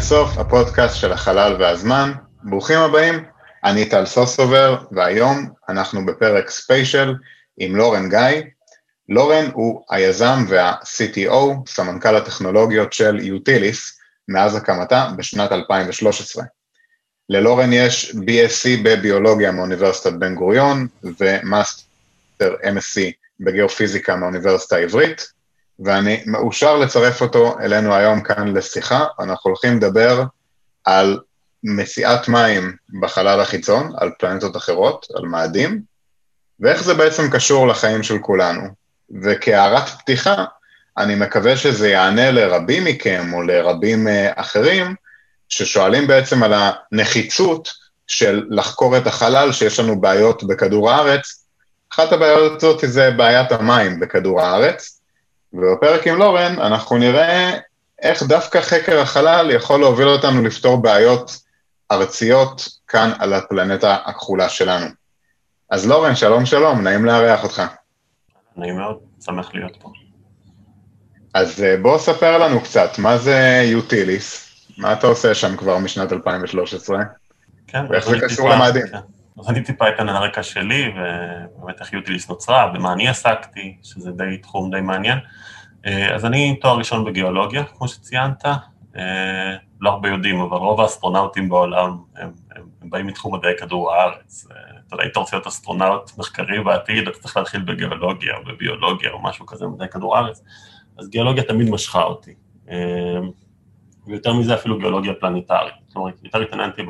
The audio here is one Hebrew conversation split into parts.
אינסוף, הפודקאסט של החלל והזמן. ברוכים הבאים, אני טל סוסובר, והיום אנחנו בפרק ספיישל עם לורן גיא. לורן הוא היזם וה-CTO, סמנכ"ל הטכנולוגיות של Utilis, מאז הקמתה בשנת 2013. ללורן יש BSc בביולוגיה מאוניברסיטת בן גוריון, ומאסטר MSc בגיאופיזיקה מאוניברסיטה העברית, ואני מאושר לצרף אותו אלינו היום כאן לשיחה. אנחנו הולכים לדבר על מציאת מים בחלל החיצון, על פלנטות אחרות, על מאדים, ואיך זה בעצם קשור לחיים של כולנו. וכהערת פתיחה, אני מקווה שזה יענה לרבים מכם או לרבים אחרים, ששואלים בעצם על הנחיצות של לחקור את החלל, שיש לנו בעיות בכדור הארץ. אחת הבעיות הזאת זה בעיית המים בכדור הארץ, ובפרק עם לורן אנחנו נראה איך דווקא חקר החלל יכול להוביל אותנו לפתור בעיות ארציות כאן על הפלנטה הכחולה שלנו. אז לורן, שלום שלום, נעים לארח אותך. נעים מאוד, שמח להיות פה. אז בוא ספר לנו קצת, מה זה Utilis? מה אתה עושה שם כבר משנת 2013? כן, ואיך זה קשור למאדים? כן. אז אני טיפה אתן על הרקע שלי, ובאמת איך Utilis נוצרה, במה אני עסקתי, שזה תחום די מעניין. אז אני עם תואר ראשון בגיאולוגיה, כמו שציינת, לא הרבה יודעים, אבל רוב האסטרונאוטים בעולם הם באים מתחום מדעי כדור הארץ. אתה יודע, אתה רוצה להיות אסטרונאוט מחקרי בעתיד, אתה צריך להתחיל בגיאולוגיה או בביולוגיה או משהו כזה, מדעי כדור הארץ. אז גיאולוגיה תמיד משכה אותי. ויותר מזה אפילו גיאולוגיה פלנטרית. זאת אומרת, יותר התעניינתי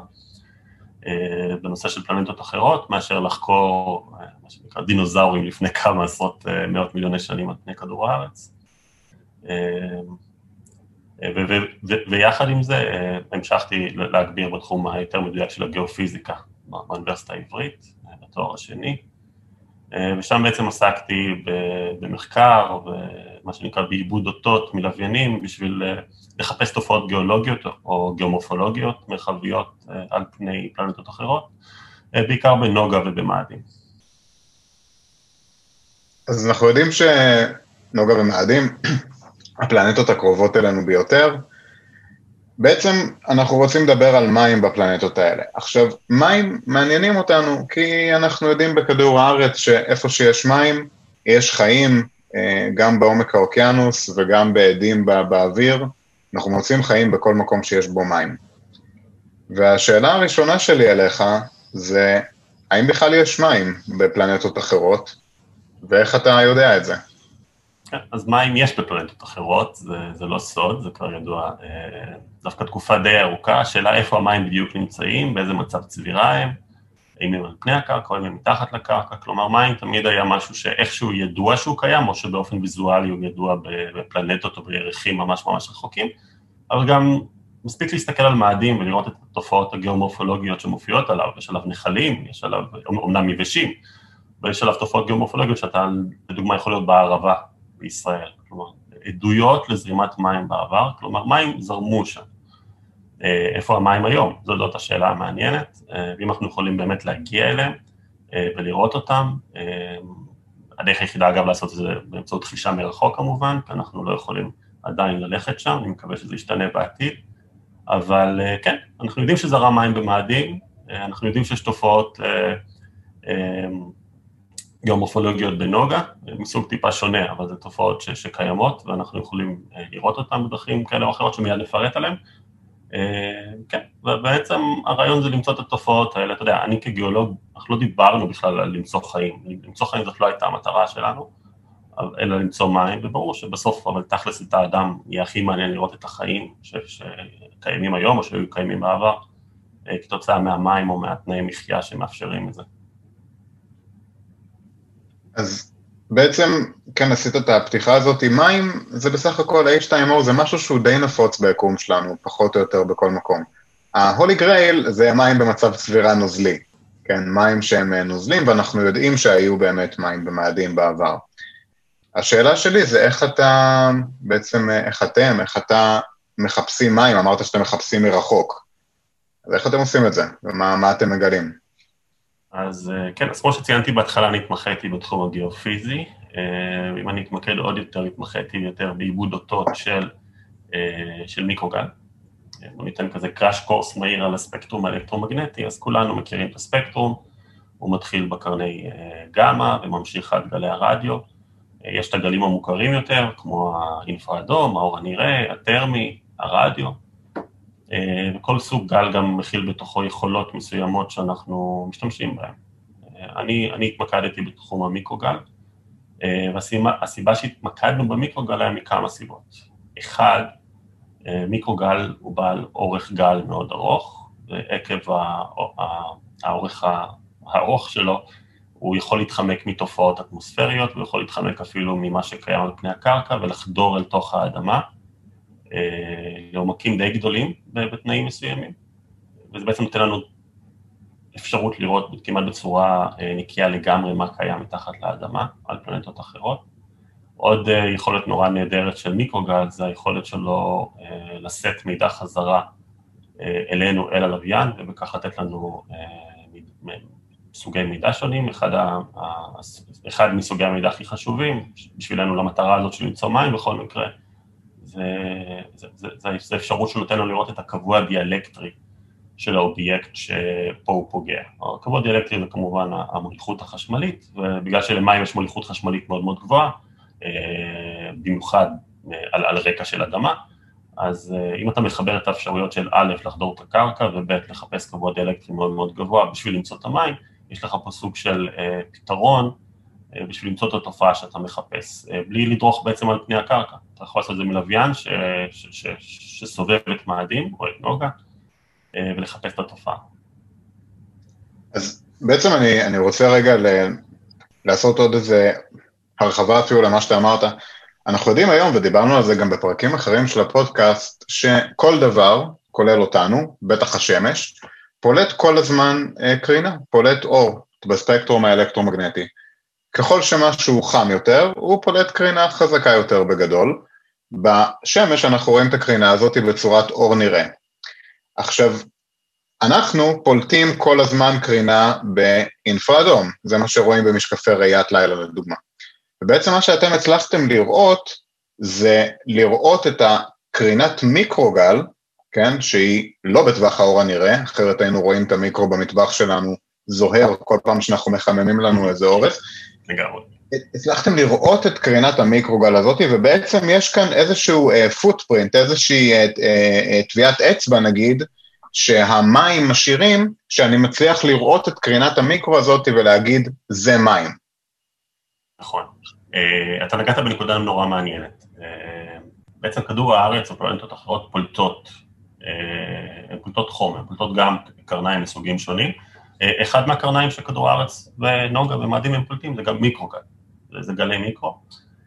בנושא של פלנטות אחרות, מאשר לחקור, מה שנקרא, דינוזאורים לפני כמה עשרות מאות מיליוני שנים על פני כדור הארץ. ויחד עם זה, המשכתי להגביר בתחום היותר מדויק של הגיאופיזיקה, באוניברסיטה העברית, בתואר השני, ושם בעצם עסקתי במחקר, ומה שנקרא בעיבוד אותות מלוויינים, בשביל לחפש תופעות גיאולוגיות או גיאומורפולוגיות מרחביות על פני פלנטות אחרות, בעיקר בנוגה ובמאדים. אז אנחנו יודעים שנוגה ומאדים, הפלנטות הקרובות אלינו ביותר, בעצם אנחנו רוצים לדבר על מים בפלנטות האלה. עכשיו, מים מעניינים אותנו, כי אנחנו יודעים בכדור הארץ שאיפה שיש מים, יש חיים, גם בעומק האוקיינוס וגם בעדים באוויר, אנחנו מוצאים חיים בכל מקום שיש בו מים. והשאלה הראשונה שלי אליך זה, האם בכלל יש מים בפלנטות אחרות, ואיך אתה יודע את זה? אז מים יש בפלנטות אחרות, זה לא סוד, זה כבר ידוע, דווקא תקופה די ארוכה, השאלה איפה המים בדיוק נמצאים, באיזה מצב צבירה הם, האם הם על פני הקרקע או אם הם מתחת לקרקע, כלומר מים תמיד היה משהו שאיכשהו ידוע שהוא קיים, או שבאופן ויזואלי הוא ידוע בפלנטות או בירחים ממש ממש רחוקים, אבל גם מספיק להסתכל על מאדים ולראות את התופעות הגיאומורפולוגיות שמופיעות עליו, יש עליו נחלים, יש עליו אומנם יבשים, ויש עליו תופעות גיאומורפולוגיות שאתה לדוגמה יכול להיות בערבה בישראל, כלומר עדויות לזרימת מים בעבר, כלומר מים זרמו שם. איפה המים היום? זאת השאלה המעניינת, ואם אנחנו יכולים באמת להגיע אליהם ולראות אותם, הדרך היחידה אגב לעשות את זה באמצעות חישה מרחוק כמובן, כי אנחנו לא יכולים עדיין ללכת שם, אני מקווה שזה ישתנה בעתיד, אבל כן, אנחנו יודעים שזרם מים במאדים, אנחנו יודעים שיש תופעות גיאומורפולוגיות בנוגה, מסוג טיפה שונה, אבל זה תופעות שקיימות, ואנחנו יכולים לראות אותן בדרכים כאלה או אחרות שמיד נפרט עליהן. כן, ובעצם הרעיון זה למצוא את התופעות האלה, אתה יודע, אני כגיאולוג, אנחנו לא דיברנו בכלל על למצוא חיים, למצוא חיים זאת לא הייתה המטרה שלנו, אלא למצוא מים, וברור שבסוף, אבל תכלס את האדם יהיה הכי מעניין לראות את החיים שקיימים היום או שהיו קיימים בעבר, כתוצאה מהמים או מהתנאי מחיה שמאפשרים את זה. אז בעצם, כן, עשית את הפתיחה הזאת, מים זה בסך הכל H2O, זה משהו שהוא די נפוץ ביקום שלנו, פחות או יותר בכל מקום. ה-Holy Grail זה מים במצב צבירה נוזלי, כן, מים שהם נוזלים, ואנחנו יודעים שהיו באמת מים במאדים בעבר. השאלה שלי זה איך אתה, בעצם איך אתה מחפשים מים, אמרת שאתם מחפשים מרחוק, אז איך אתם עושים את זה, ומה אתם מגלים? אז כן, אז כמו שציינתי בהתחלה, אני התמחיתי בתחום הגיאופיזי, אם אני אתמקד עוד יותר, התמחיתי יותר בעיבוד אותות של מיקרוגל, בוא ניתן כזה קראש קורס מהיר על הספקטרום האלקטרומגנטי, אז כולנו מכירים את הספקטרום, הוא מתחיל בקרני גמא וממשיך עד גלי הרדיו, יש את הגלים המוכרים יותר, כמו האינפראדום, האור הנראה, הטרמי, הרדיו, וכל סוג גל גם מכיל בתוכו יכולות מסוימות שאנחנו משתמשים בהן. אני התמקדתי בתחום המיקרוגל, והסיבה שהתמקדנו במיקרוגל היה מכמה סיבות. אחד, מיקרוגל הוא בעל אורך גל מאוד ארוך, ועקב הארוך שלו, הוא יכול להתחמק מתופעות אטמוספריות, הוא יכול להתחמק אפילו ממה שקיים על פני הקרקע, ולחדור אל תוך האדמה, לעומקים די גדולים בתנאים מסוימים, וזה בעצם נותן לנו אפשרות לראות כמעט בצורה נקייה לגמרי מה קיים מתחת לאדמה, על פלנטות אחרות. עוד יכולת נורא נהדרת של מיקרוגל, זה היכולת שלו לשאת מידע חזרה אלינו, אל הלוויין, ובכך לתת לנו סוגי מידע שונים. אחד מסוגי המידע הכי חשובים, בשבילנו למטרה הזאת של למצוא מים בכל מקרה, זה אפשרות שנותן לנו לראות את הקבוע הדיאלקטרי של האובייקט שפה הוא פוגע. הקבוע הדיאלקטרי זה כמובן המוליכות החשמלית, ובגלל שלמים יש מוליכות חשמלית מאוד מאוד גבוהה, במיוחד על רקע של אדמה, אז אם אתה מחבר את האפשרויות של א', לחדור את הקרקע, וב', לחפש קבוע דיאלקטרי מאוד מאוד גבוה בשביל למצוא את המים, יש לך פה סוג של פתרון בשביל למצוא את התופעה שאתה מחפש, בלי לדרוך בעצם על פני הקרקע. אתה יכול לעשות את זה מלוויין שסובב את מאדים או את נוגה, ולחפש את התופעה. אז בעצם אני רוצה רגע לעשות עוד איזה הרחבה אפילו למה שאתה אמרת. אנחנו יודעים היום, ודיברנו על זה גם בפרקים אחרים של הפודקאסט, שכל דבר, כולל אותנו, בטח השמש, פולט כל הזמן קרינה, פולט אור בספקטרום האלקטרומגנטי. ככל שמשהו חם יותר, הוא פולט קרינה חזקה יותר בגדול. בשמש אנחנו רואים את הקרינה הזאת בצורת אור נראה. עכשיו, אנחנו פולטים כל הזמן קרינה באינפראדום, זה מה שרואים במשקפי ראיית לילה לדוגמה. ובעצם מה שאתם הצלחתם לראות, זה לראות את הקרינת מיקרוגל, כן, שהיא לא בטווח האור הנראה, אחרת היינו רואים את המיקרו במטבח שלנו זוהר כל פעם שאנחנו מחממים לנו איזה אורס. לגמרי. הצלחתם לראות את קרינת המיקרוגל הזאת, ובעצם יש כאן איזשהו פוטפרינט, איזושהי טביעת אצבע נגיד, שהמים משאירים, שאני מצליח לראות את קרינת המיקרו הזאת ולהגיד, זה מים. נכון. אתה נגעת בנקודה נורא מעניינת. בעצם כדור הארץ או פלנטות אחרות פולטות חום, פולטות גם קרניים מסוגים שונים. אחד מהקרניים של כדור הארץ ונוגה ומאדים הם פולטים, זה גם מיקרוגל, זה גלי מיקרו.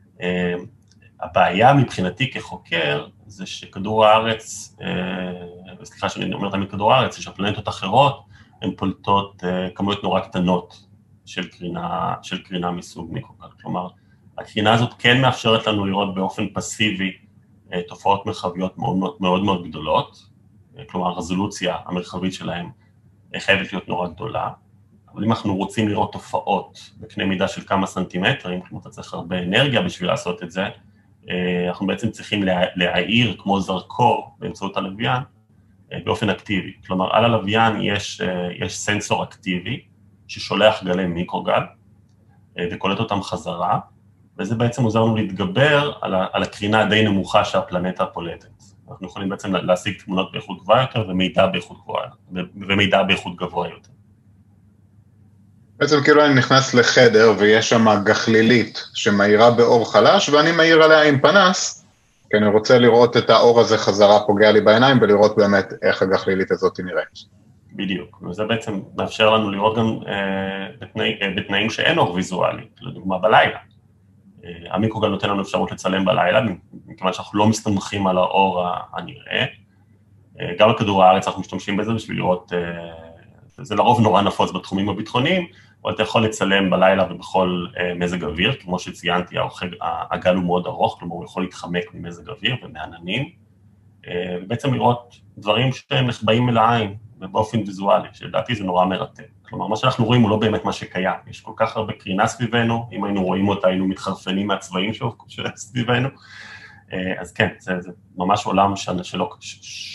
הבעיה מבחינתי כחוקר, זה שכדור הארץ, סליחה שאני אומר תמיד כדור הארץ, זה שהפלנטות אחרות, הן פולטות כמויות נורא קטנות של קרינה מסוג מיקרוגל. כלומר, הקרינה הזאת כן מאפשרת לנו לראות באופן פסיבי תופעות מרחביות מאוד מאוד מאוד גדולות, כלומר, הרזולוציה המרחבית שלהן חייבת להיות נורא גדולה, אבל אם אנחנו רוצים לראות תופעות בקנה מידה של כמה סנטימטרים, כלומר, אתה צריך הרבה אנרגיה בשביל לעשות את זה, אנחנו בעצם צריכים להאיר כמו זרקור באמצעות הלוויין באופן אקטיבי. כלומר, על הלוויין יש סנסור אקטיבי ששולח גלי מיקרוגל וקולט אותם חזרה, וזה בעצם עוזר לנו להתגבר על הקרינה הדי נמוכה שהפלנטה פולטת. אנחנו יכולים בעצם להשיג תמונות באיכות גבוהה יותר ומידע באיכות גבוה יותר. בעצם כאילו אני נכנס לחדר ויש שם גחלילית שמאירה באור חלש, ואני מאיר עליה עם פנס, כי אני רוצה לראות את האור הזה חזרה פוגע לי בעיניים, ולראות באמת איך הגחלילית הזאת נראית. בדיוק, וזה בעצם מאפשר לנו לראות גם בתנאים שאין אור ויזואלי, לדוגמה בלילה. המיקרוגל נותן לנו אפשרות לצלם בלילה, מכיוון שאנחנו לא מסתמכים על האור הנראה. גם בכדור הארץ אנחנו משתמשים בזה בשביל לראות, זה לרוב נורא נפוץ בתחומים הביטחוניים, אבל אתה יכול לצלם בלילה ובכל מזג אוויר, כמו שציינתי, הגל הוא מאוד ארוך, כלומר הוא יכול להתחמק ממזג אוויר ומעננים, ובעצם לראות דברים שהם נחבאים אל העין, ובאופן ויזואלי, שלדעתי זה נורא מרתק. כלומר, מה שאנחנו רואים הוא לא באמת מה שקיים, יש כל כך הרבה קרינה סביבנו, אם היינו רואים אותה, היינו מתחרפנים מהצבעים סביבנו, אז כן, זה ממש עולם שלא,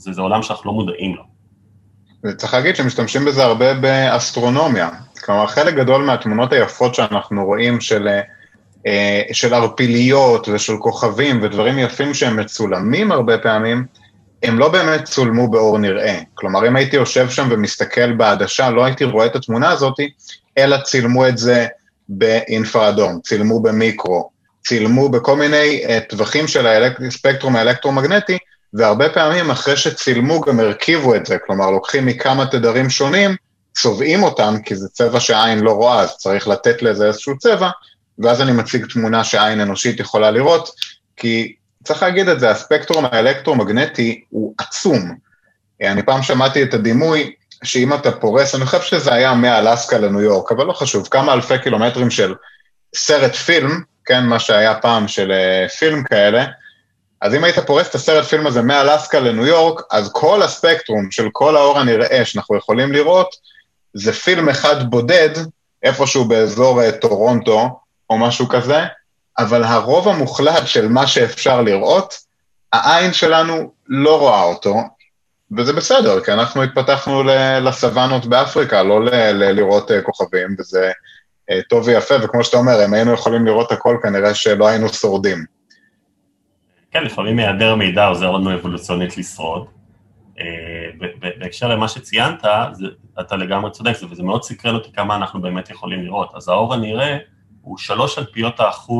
זה עולם שאנחנו לא מודעים לו. וצריך להגיד שמשתמשים בזה הרבה באסטרונומיה, כלומר חלק גדול מהתמונות היפות שאנחנו רואים של ערפיליות ושל כוכבים ודברים יפים שהם מצולמים הרבה פעמים, הם לא באמת צולמו באור נראה, כלומר אם הייתי יושב שם ומסתכל בעדשה, לא הייתי רואה את התמונה הזאת, אלא צילמו את זה באינפראדום, צילמו במיקרו, צילמו בכל מיני טווחים של הספקטרום האלקטרומגנטי, והרבה פעמים אחרי שצילמו גם הרכיבו את זה, כלומר לוקחים מכמה תדרים שונים, צובעים אותם, כי זה צבע שהעין לא רואה, אז צריך לתת לזה איזשהו צבע, ואז אני מציג תמונה שעין אנושית יכולה לראות, כי צריך להגיד את זה, הספקטרום האלקטרומגנטי הוא עצום. אני פעם שמעתי את הדימוי, שאם אתה פורס, אני חושב שזה היה מאלסקה לניו יורק, אבל לא חשוב, כמה אלפי קילומטרים של סרט פילם, כן, מה שהיה פעם של פילם כאלה, אז אם היית פורס את הסרט פילם הזה מאלסקה לניו יורק, אז כל הספקטרום של כל האור הנראה שאנחנו יכולים לראות, זה פילם אחד בודד, איפשהו באזור טורונטו, או משהו כזה, אבל הרוב המוחלט של מה שאפשר לראות, העין שלנו לא רואה אותו, וזה בסדר, כי אנחנו התפתחנו לסוונות באפריקה, לא לראות כוכבים, וזה טוב ויפה, וכמו שאתה אומר, אם היינו יכולים לראות הכל, כנראה שלא היינו שורדים. כן, לפעמים היעדר מידע עוזר לנו אבולוציונית לשרוד. בהקשר למה שציינת, אתה לגמרי צודק, וזה מאוד סקרן אותי כמה אנחנו באמת יכולים לראות. אז האור הנראה הוא 3%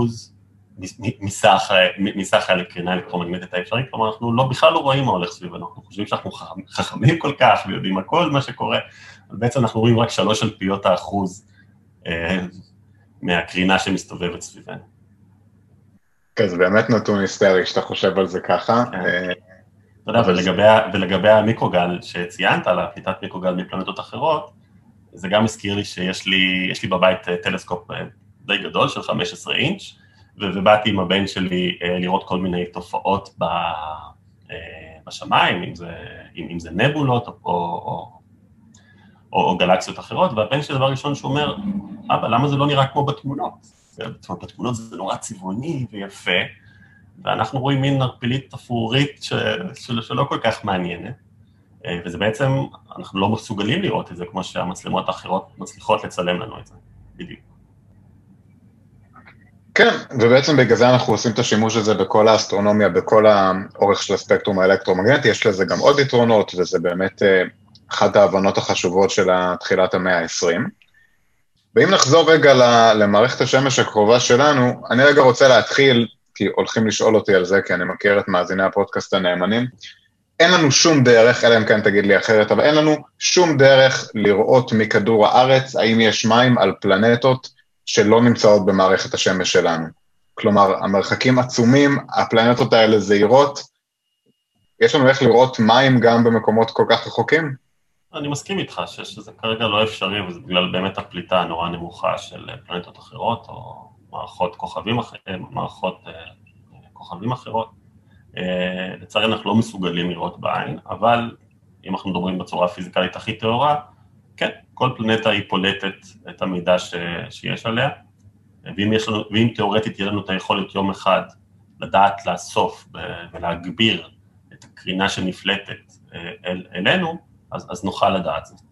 מסך הקרינה האלקטרומגנטית האפשרית, כלומר אנחנו בכלל לא רואים מה הולך סביבנו, אנחנו חושבים שאנחנו חכמים כל כך ויודעים הכל מה שקורה, אבל בעצם אנחנו רואים רק 3% מהקרינה שמסתובבת סביבנו. כן, זה באמת נתון היסטרי שאתה חושב על זה ככה. אתה יודע, ולגבי המיקרוגל שציינת, על הפליטת מיקרוגל מפלנטות אחרות, זה גם הזכיר לי שיש לי בבית טלסקופ די גדול של 15 אינץ', ובאתי עם הבן שלי לראות כל מיני תופעות בשמיים, אם זה נבולות או גלקסיות אחרות, והבן שלי דבר ראשון שהוא אומר, אבא, למה זה לא נראה כמו בתמונות? בתמונות זה נורא צבעוני ויפה, ואנחנו רואים מין ערפילית אפרורית שלא כל כך מעניינת, וזה בעצם, אנחנו לא מסוגלים לראות את זה, כמו שהמצלמות האחרות מצליחות לצלם לנו את זה, בדיוק. כן, ובעצם בגלל זה אנחנו עושים את השימוש הזה בכל האסטרונומיה, בכל האורך של הספקטרום האלקטרומגנטי, יש לזה גם עוד יתרונות, וזה באמת אחת ההבנות החשובות של תחילת המאה ה-20. ואם נחזור רגע למערכת השמש הקרובה שלנו, אני רגע רוצה להתחיל, כי הולכים לשאול אותי על זה, כי אני מכיר את מאזיני הפודקאסט הנאמנים, אין לנו שום דרך, אלא אם כן תגיד לי אחרת, אבל אין לנו שום דרך לראות מכדור הארץ, האם יש מים על פלנטות שלא נמצאות במערכת השמש שלנו. כלומר, המרחקים עצומים, הפלנטות האלה זהירות, יש לנו איך לראות מים גם במקומות כל כך רחוקים? אני מסכים איתך שזה כרגע לא אפשרי, וזה בגלל באמת הפליטה הנורא נמוכה של פלנטות אחרות, או מערכות כוכבים אחרות. לצערי אנחנו לא מסוגלים לראות בעין, אבל אם אנחנו מדברים בצורה הפיזיקלית הכי טהורה, כן, כל פלנטה היא פולטת את המידע שיש עליה, ואם תיאורטית יהיה לנו את היכולת יום אחד לדעת לאסוף ולהגביר את הקרינה שנפלטת אלינו, אז נוכל לדעת זאת.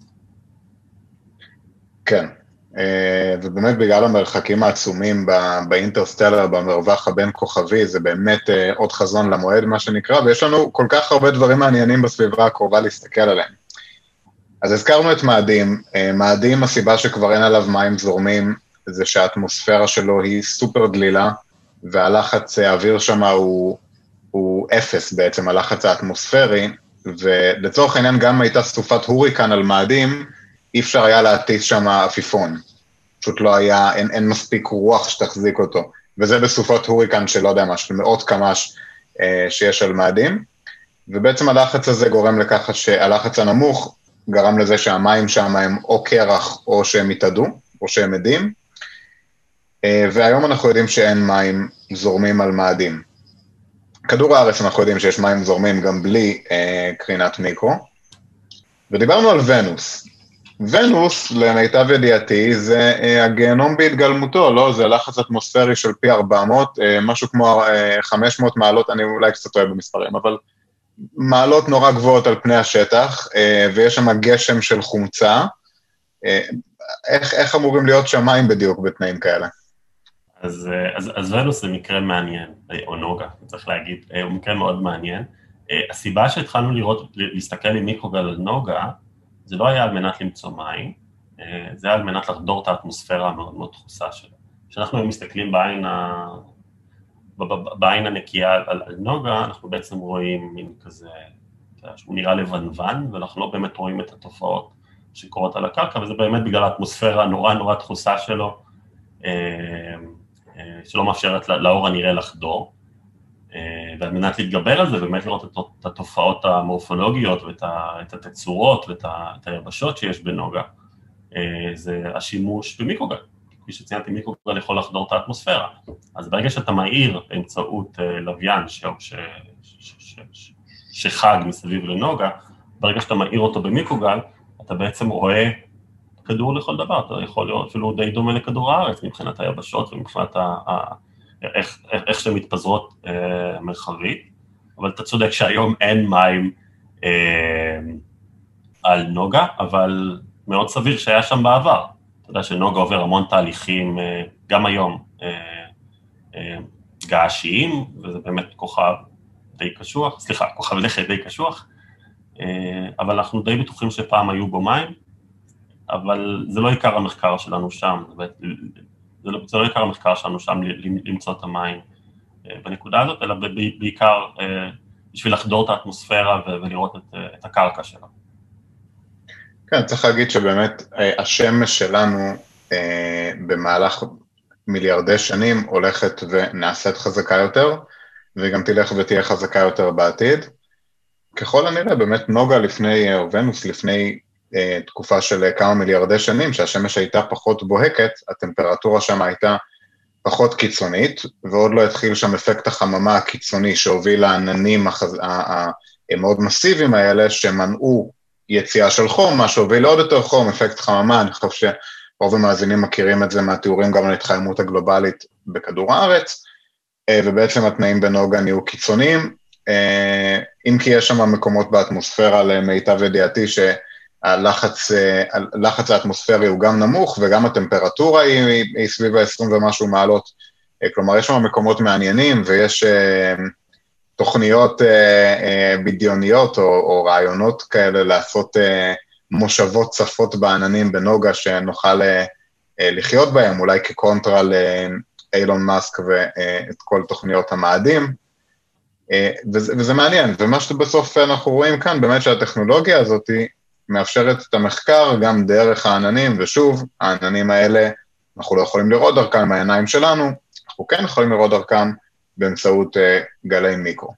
כן, ובאמת בגלל המרחקים העצומים באינטרסטלר, במרווח הבין כוכבי, זה באמת עוד חזון למועד מה שנקרא, ויש לנו כל כך הרבה דברים מעניינים בסביבה הקרובה להסתכל עליהם. אז הזכרנו את מאדים, מאדים הסיבה שכבר אין עליו מים זורמים, זה שהאטמוספירה שלו היא סופר דלילה, והלחץ האוויר שם הוא אפס בעצם, הלחץ האטמוספרי, ולצורך העניין גם הייתה סופת הוריקן על מאדים, אי אפשר היה להטיס שם עפיפון, פשוט לא היה, אין מספיק רוח שתחזיק אותו, וזה בסופת הוריקן שלא יודע מה, של מאות קמ"ש שיש על מאדים, ובעצם הלחץ הזה גורם לכך שהלחץ הנמוך, גרם לזה שהמים שם הם או קרח או שהם התאדו, או שהם עדים, והיום אנחנו יודעים שאין מים זורמים על מאדים. כדור הארץ אנחנו יודעים שיש מים זורמים גם בלי קרינת מיקרו, ודיברנו על ונוס. ונוס, למיטב ידיעתי, זה הגיהנום בהתגלמותו, לא? זה לחץ אטמוספרי של פי 400, משהו כמו 500 מעלות, אני אולי קצת טועה במספרים, אבל מעלות נורא גבוהות על פני השטח, ויש שם גשם של חומצה, איך אמורים להיות שמיים בדיוק בתנאים כאלה? אז ונוס זה מקרה מעניין, או נוגה, צריך להגיד, הוא מקרה מאוד מעניין. הסיבה שהתחלנו להסתכל עם מיקרוגל על נוגה, זה לא היה על מנת למצוא מים, זה היה על מנת לחדור את האטמוספירה המאוד מאוד דחוסה שלו. כשאנחנו מסתכלים בעין הנקייה על נוגה, אנחנו בעצם רואים מין כזה, שהוא נראה לבנוון, ואנחנו לא באמת רואים את התופעות שקורות על הקרקע, וזה באמת בגלל האטמוספירה הנורא נורא דחוסה שלו, שלא מאפשרת לאור הנראה לחדור, ועל מנת להתגבר על זה, באמת לראות את התופעות המורפולוגיות ואת התצורות ואת היבשות שיש בנוגה, זה השימוש במיקרוגל. כפי שציינתי, מיקרוגל יכול לחדור את האטמוספירה. אז ברגע שאתה מאיר באמצעות לוויין שחג מסביב לנוגה, ברגע שאתה מאיר אותו במיקרוגל, אתה בעצם רואה כדור לכל דבר, אתה יכול להיות אפילו די דומה לכדור הארץ, מבחינת היבשות ומבחינת איך שהן מתפזרות מרחבית, אבל אתה צודק שהיום אין מים על נוגה, אבל מאוד סביר שהיה שם בעבר. אתה יודע שנוגה עובר המון תהליכים, גם היום, געשיים, וזה באמת כוכב די קשוח, סליחה, כוכב לכת די קשוח, אבל אנחנו די בטוחים שפעם היו בו מים, אבל זה לא עיקר המחקר שלנו שם, זה לא עיקר המחקר שלנו שם למצוא את המים בנקודה הזאת, אלא בעיקר בשביל לחדור את האטמוספירה ולראות את הקרקע שלה. כן, צריך להגיד שבאמת השמש שלנו במהלך מיליארדי שנים הולכת ונעשית חזקה יותר, וגם תלך ותהיה חזקה יותר בעתיד. ככל הנראה, באמת נוגה לפני, או ונוס לפני תקופה של כמה מיליארדי שנים, שהשמש הייתה פחות בוהקת, הטמפרטורה שם הייתה פחות קיצונית, ועוד לא התחיל שם אפקט החממה הקיצוני שהוביל לעננים המאוד מסיביים האלה, שמנעו יציאה של חום, מה שהוביל לעוד יותר חום, אפקט חממה, אני חושב שרוב המאזינים מכירים את זה מהתיאורים גם על התחממות הגלובלית בכדור הארץ, ובעצם התנאים בנוגה נהיו קיצוניים, אם כי יש שם מקומות באטמוספירה למיטב ידיעתי שהלחץ האטמוספרי הוא גם נמוך, וגם הטמפרטורה היא סביב ה-20 ומשהו מעלות, כלומר יש שם מקומות מעניינים, ויש תוכניות בדיוניות או רעיונות כאלה לעשות מושבות צפות בעננים בנוגה שנוכל לחיות בהם, אולי כקונטרה לאילון מאסק ואת כל תוכניות המאדים, וזה מעניין, ומה שבסוף אנחנו רואים כאן, באמת שהטכנולוגיה הזאת מאפשרת את המחקר גם דרך העננים, ושוב, העננים האלה אנחנו לא יכולים לראות דרכם עם העיניים שלנו, אנחנו כן יכולים לראות דרכם באמצעות גלי מיקרו.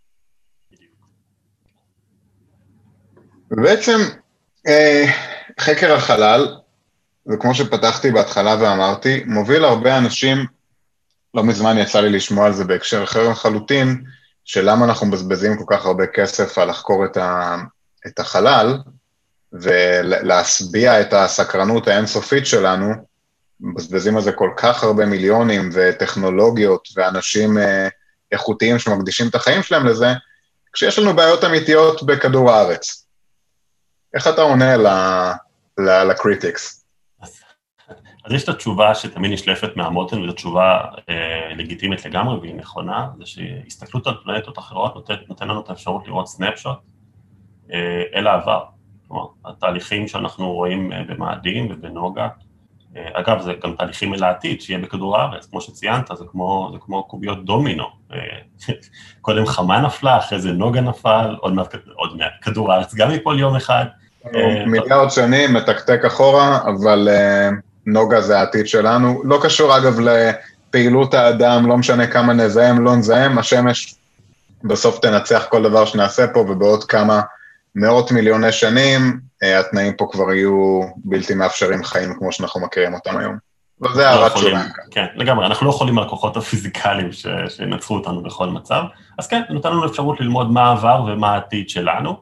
ובעצם חקר החלל, וכמו שפתחתי בהתחלה ואמרתי, מוביל הרבה אנשים, לא מזמן יצא לי לשמוע על זה בהקשר אחר לחלוטין, שלמה אנחנו מבזבזים כל כך הרבה כסף על לחקור את החלל, ולהסביע את הסקרנות האינסופית שלנו, מבזבזים על זה כל כך הרבה מיליונים וטכנולוגיות ואנשים איכותיים שמקדישים את החיים שלהם לזה, כשיש לנו בעיות אמיתיות בכדור הארץ. איך אתה עונה לקריטיקס? אז יש את התשובה שתמיד נשלפת מהמותן, וזו תשובה לגיטימית לגמרי והיא נכונה, זה שהסתכלות על פלנטות אחרות נותן לנו את האפשרות לראות סנאפשוט אל העבר. כלומר, התהליכים שאנחנו רואים במאדים ובנוגה, אגב, זה גם תהליכים אל העתיד, שיהיה בכדור הארץ, כמו שציינת, זה כמו קוביות דומינו. קודם חמה נפלה, אחרי זה נוגה נפל, עוד מעט כדור הארץ גם מכל יום אחד. מיליארד שנים, מתקתק אחורה, אבל נוגה זה העתיד שלנו. לא קשור אגב לפעילות האדם, לא משנה כמה נזהם, לא נזהם, השמש בסוף תנצח כל דבר שנעשה פה, ובעוד כמה מאות מיליוני שנים, התנאים פה כבר יהיו בלתי מאפשרים חיים כמו שאנחנו מכירים אותם היום. וזה הערת שלהם. כן, לגמרי, אנחנו לא יכולים על הכוחות הפיזיקליים שנצחו אותנו בכל מצב, אז כן, נותן לנו אפשרות ללמוד מה העבר ומה העתיד שלנו.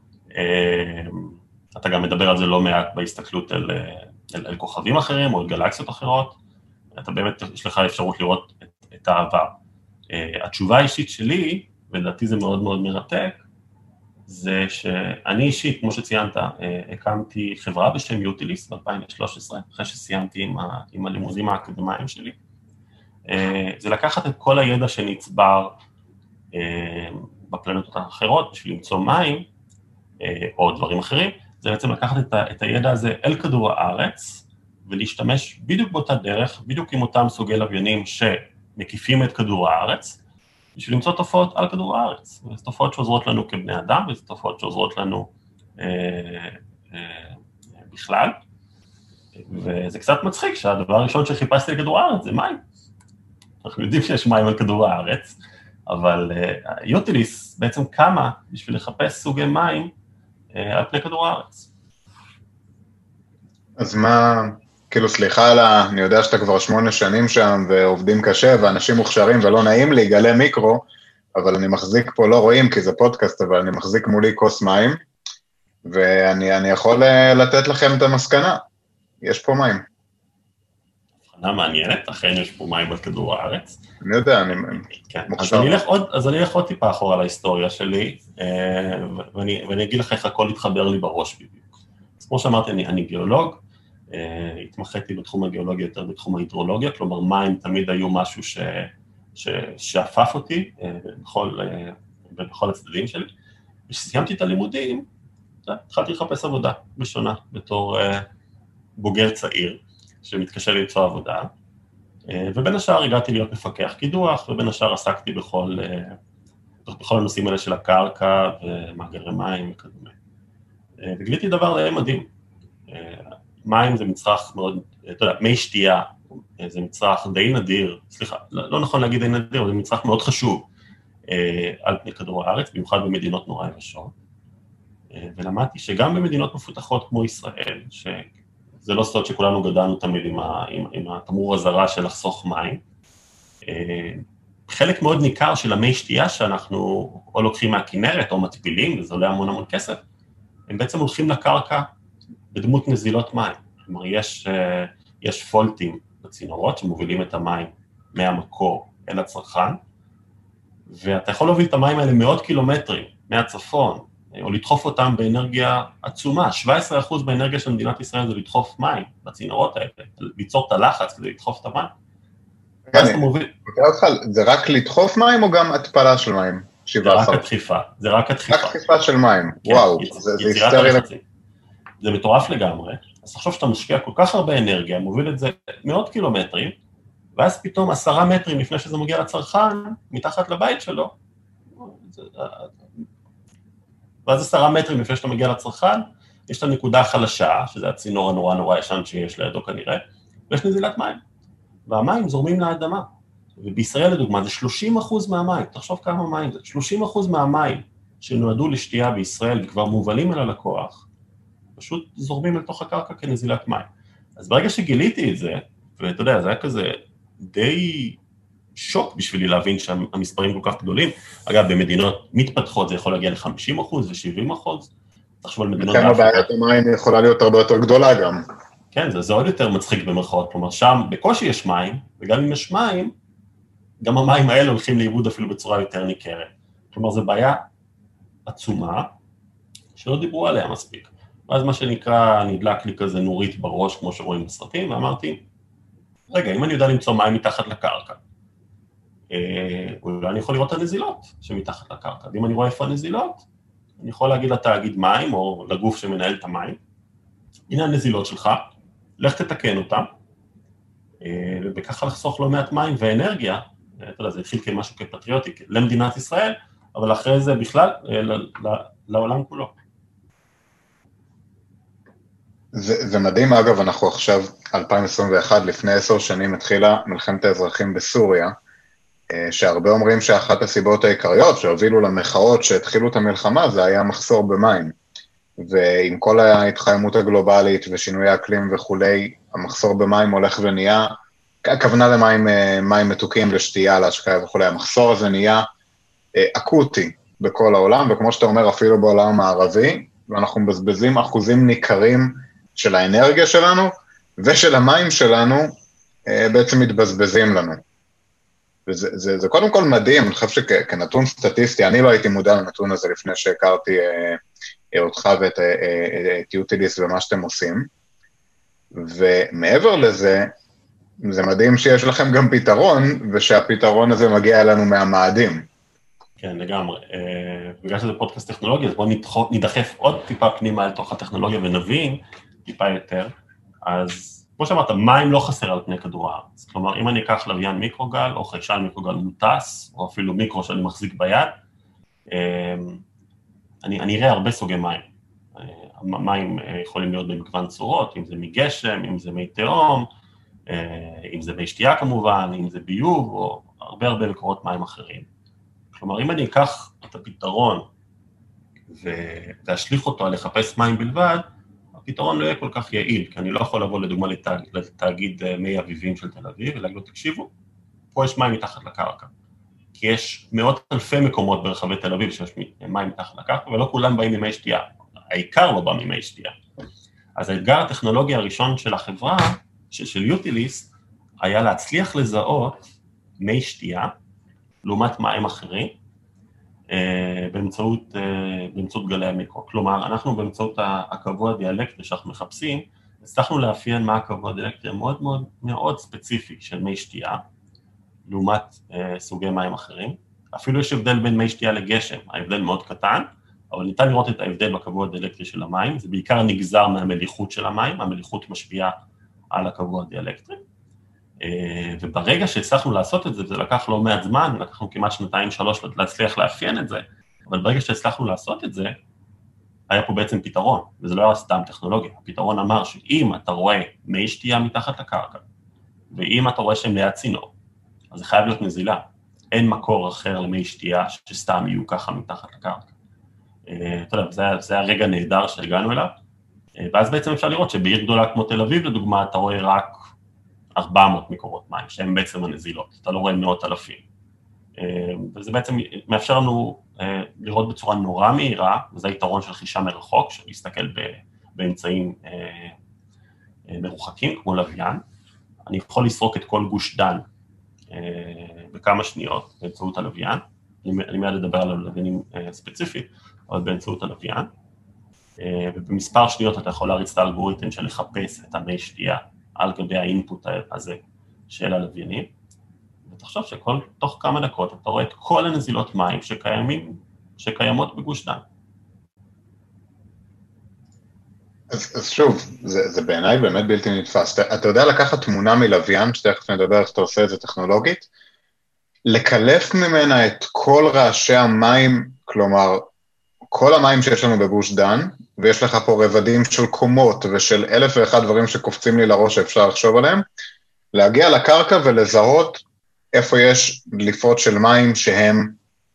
אתה גם מדבר על זה לא מעט בהסתכלות על כוכבים אחרים או על גלקסיות אחרות, אתה באמת, יש לך אפשרות לראות את העבר. התשובה האישית שלי, ולדעתי זה מאוד מאוד מרתק, זה שאני אישית, כמו שציינת, הקמתי חברה בשם יוטיליס ב-2013, אחרי שסיימתי עם הלימודים האקדמיים שלי. זה לקחת את כל הידע שנצבר בפלנטות האחרות, בשביל למצוא מים, או דברים אחרים, זה בעצם לקחת את הידע הזה אל כדור הארץ, ולהשתמש בדיוק באותה דרך, בדיוק עם אותם סוגי לוויינים שמקיפים את כדור הארץ, בשביל למצוא תופעות על כדור הארץ. וזה תופעות שעוזרות לנו כבני אדם, וזה תופעות שעוזרות לנו בכלל. וזה קצת מצחיק שהדבר הראשון שחיפשתי על כדור הארץ זה מים. אנחנו יודעים שיש מים על כדור הארץ, אבל יוטיליס בעצם קמה בשביל לחפש סוגי מים על פני כדור הארץ. אז מה, כאילו סליחה על אני יודע שאתה כבר 8 שנים שם ועובדים קשה ואנשים מוכשרים ולא נעים לי, גלי מיקרו, אבל אני מחזיק פה, לא רואים כי זה פודקאסט, אבל אני מחזיק מולי כוס מים, ואני יכול לתת לכם את המסקנה, יש פה מים. הבחנה מעניינת, אכן יש פה מים על כדור הארץ. אני יודע, אני מוכשר. אז אני אלך עוד טיפה אחורה להיסטוריה שלי, ואני אגיד לך איך הכל התחבר לי בראש בדיוק. אז כמו שאמרתי, אני גיאולוג, התמחיתי בתחום הגיאולוגיה יותר בתחום ההידרולוגיה, כלומר מים תמיד היו משהו שאפף אותי בכל הצדדים שלי. וכשסיימתי את הלימודים, התחלתי לחפש עבודה בשונה, בתור בוגר צעיר, שמתקשה למצוא עבודה, ובין השאר הגעתי להיות מפקח קידוח, ובין השאר עסקתי בכל הנושאים האלה של הקרקע ומאגרי מים וכדומה. וגיליתי דבר די מדהים. מים זה מצרך מאוד, אתה יודע, מי שתייה, זה מצרך די נדיר, סליחה, לא נכון להגיד די נדיר, אבל זה מצרך מאוד חשוב על פני כדור הארץ, במיוחד במדינות נורא יבשות. ולמדתי שגם במדינות מפותחות כמו ישראל, שזה לא סוד שכולנו גדלנו תמיד עם התמרור הזרה של לחסוך מים, חלק מאוד ניכר של המי שתייה שאנחנו או לוקחים מהכינרת או מטבילים, וזה עולה המון המון כסף, הם בעצם הולכים לקרקע בדמות נזילות מים. כלומר, יש פולטים בצינורות שמובילים את המים מהמקור אל הצרכן, ואתה יכול להוביל את המים האלה מאות קילומטרים מהצפון, או לדחוף אותם באנרגיה עצומה. 17% באנרגיה של מדינת ישראל זה לדחוף מים בצינורות האלה, ליצור את הלחץ כדי לדחוף את המים. זה רק לדחוף מים או גם התפלה של מים? זה רק הדחיפה. רק דחיפה של מים, וואו, זה היסטרי. זה מטורף לגמרי, אז תחשוב שאתה משקיע כל כך הרבה אנרגיה, מוביל את זה מאות קילומטרים, ואז פתאום 10 מטרים לפני שזה מגיע לצרכן, מתחת לבית שלו, ואז 10 מטרים לפני שאתה מגיע לצרכן, יש את הנקודה החלשה, שזה הצינור הנורא נורא ישן שיש לידו כנראה, ויש נזילת מים, והמים זורמים לאדמה, ובישראל לדוגמה זה 30% מהמים, תחשוב כמה מים זה, 30% מהמים שנועדו לשתייה בישראל וכבר מובלים אל הלקוח, פשוט זורמים לתוך הקרקע כנזילת מים. אז ברגע שגיליתי את זה, ואתה יודע, זה היה כזה די שוק בשבילי להבין שהמספרים כל כך גדולים. אגב, במדינות מתפתחות זה יכול להגיע ל-50% ו-70%. תחשוב על מדינות... לכן הבעיית המים יכולה להיות הרבה יותר גדולה גם. כן, זה עוד יותר מצחיק במרכאות. כלומר, שם בקושי יש מים, וגם אם יש מים, גם המים האלה הולכים לאיבוד אפילו בצורה יותר ניכרת. כלומר, זו בעיה עצומה, שלא דיברו עליה מספיק. ואז מה שנקרא, נדלק לי כזה נורית בראש, כמו שרואים בסרטים, ואמרתי, רגע, אם אני יודע למצוא מים מתחת לקרקע, אולי אני יכול לראות את הנזילות שמתחת לקרקע. ואם אני רואה איפה הנזילות, אני יכול להגיד לתאגיד מים, או לגוף שמנהל את המים, הנה הנזילות שלך, לך תתקן אותם, ובככה לחסוך לא מעט מים ואנרגיה, אתה יודע, זה התחיל כמשהו כפטריוטי למדינת ישראל, אבל אחרי זה בכלל, לעולם כולו. זה מדהים, אגב, אנחנו עכשיו, 2021, לפני 10 שנים התחילה מלחמת האזרחים בסוריה, שהרבה אומרים שאחת הסיבות העיקריות שהובילו למחאות שהתחילו את המלחמה, זה היה מחסור במים. ועם כל ההתחממות הגלובלית ושינוי האקלים וכולי, המחסור במים הולך ונהיה, הכוונה למים מתוקים לשתייה, להשקיה וכולי, המחסור הזה נהיה אקוטי בכל העולם, וכמו שאתה אומר, אפילו בעולם המערבי, ואנחנו מבזבזים אחוזים ניכרים של האנרגיה שלנו, ושל המים שלנו בעצם מתבזבזים לנו. וזה קודם כל מדהים, אני חושב שכנתון סטטיסטי, אני לא הייתי מודע לנתון הזה לפני שהכרתי אותך ואת יוטיליס ומה שאתם עושים, ומעבר לזה, זה מדהים שיש לכם גם פתרון, ושהפתרון הזה מגיע אלינו מהמאדים. כן, לגמרי. בגלל שזה פודקאסט טכנולוגי, אז בואו נדחף עוד טיפה פנימה אל תוך הטכנולוגיה ונבין טיפה יותר. אז כמו שאמרת, מים לא חסר על פני כדור הארץ. כלומר, אם אני אקח לוויין מיקרוגל, או חיישן מיקרוגל מוטס, או אפילו מיקרו שאני מחזיק ביד, אני אראה הרבה סוגי מים. מים יכולים להיות במגוון צורות, אם זה מגשם, אם זה מי תהום, אם זה מי שתייה כמובן, אם זה ביוב, או הרבה מקורות מים אחרים. כלומר, אם אני אקח את הפתרון ואשליך אותו על לחפש מים בלבד, הפתרון לא יהיה כל כך יעיל, כי אני לא יכול לבוא לדוגמה לתאגיד מי אביבים של תל אביב, ולהגיד לו, תקשיבו, פה יש מים מתחת לקרקע. כי יש מאות אלפי מקומות ברחבי תל אביב שיש מים מתחת לקרקע, ולא כולם באים ממי שתייה. העיקר לא בא ממי שתייה. אז האתגר הטכנולוגי הראשון של החברה, של יוטיליס, היה להצליח לזהות מי שתייה, לעומת מים אחרים, באמצעות גלי המיקרו. כלומר, אנחנו באמצעות הקבוע הדיאלקטרי שאנחנו מחפשים, הצלחנו לאפיין מה הקבוע הדיאלקטרי מאוד מאוד מאוד ספציפי של מי שתייה, לעומת סוגי מים אחרים. אפילו יש הבדל בין מי שתייה לגשם, ההבדל מאוד קטן, אבל ניתן לראות את ההבדל בקבוע הדיאלקטרי של המים, זה בעיקר נגזר מהמליחות של המים, המליחות משפיעה על הקבוע הדיאלקטרי, וברגע שהצלחנו לעשות את זה, זה לקח לא מעט זמן, לקחנו כמעט 2-3 להצליח לאפיין את זה, אבל ברגע שהצלחנו לעשות את זה, היה פה בעצם פתרון, וזה לא היה סתם טכנולוגיה, הפתרון אמר שאם אתה רואה מי שתייה מתחת לקרקע, ואם אתה רואה שהם ליד צינור, אז זה חייב להיות נזילה, אין מקור אחר למי שתייה שסתם יהיו ככה מתחת לקרקע. אתה יודע, זה היה רגע נהדר שהגענו אליו, ואז בעצם אפשר לראות שבעיר גדולה כמו תל אביב, לדוגמה, אתה רואה רק 400 מקורות מים, שהם בעצם הנזילות, אתה לא רואה מאות אלפים. וזה בעצם מאפשר לנו לראות בצורה נורא מהירה, וזה היתרון של חישה מרחוק, שלהסתכל באמצעים מרוחקים, כמו לוויין. אני יכול לסרוק את כל גוש דן בכמה שניות, באמצעות הלוויין, אני מיד לדבר על הלוויינים ספציפית, אבל באמצעות הלוויין, ובמספר שניות אתה יכול להריץ את האלגוריתם של לחפש את המי שתייה, על גבי האינפוט הזה של הלוויינים, ותחשוב תוך כמה דקות אתה רואה את כל הנזילות מים שקיימות בגוש דן. אז שוב, זה בעיניי באמת בלתי נתפס. אתה יודע לקחת תמונה מלוויין, שתכף נדבר איך אתה עושה את זה טכנולוגית, לקלף ממנה את כל רעשי המים, כלומר, כל המים שיש לנו בגוש דן, ויש לך פה רבדים של קומות ושל 1001 דברים שקופצים לי לראש שאפשר לחשוב עליהם, להגיע לקרקע ולזהות איפה יש דליפות של מים שהם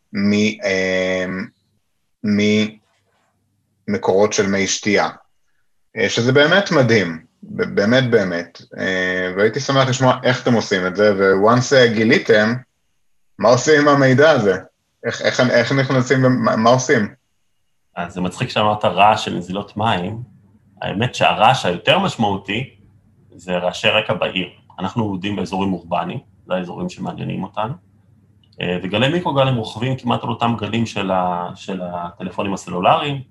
ממקורות של מי שתייה. שזה באמת מדהים, באמת, והייתי שמח לשמוע איך אתם עושים את זה, וואנס גיליתם, מה עושים עם המידע הזה? איך נכנסים ומה עושים? אז זה מצחיק שאמרת רעש של נזילות מים, האמת שהרעש היותר משמעותי זה רעשי רקע בעיר. אנחנו עובדים באזורים אורבניים, זה האזורים שמעניינים אותנו, וגלי מיקרוגל הם רוכבים כמעט על אותם גלים של הטלפונים הסלולריים,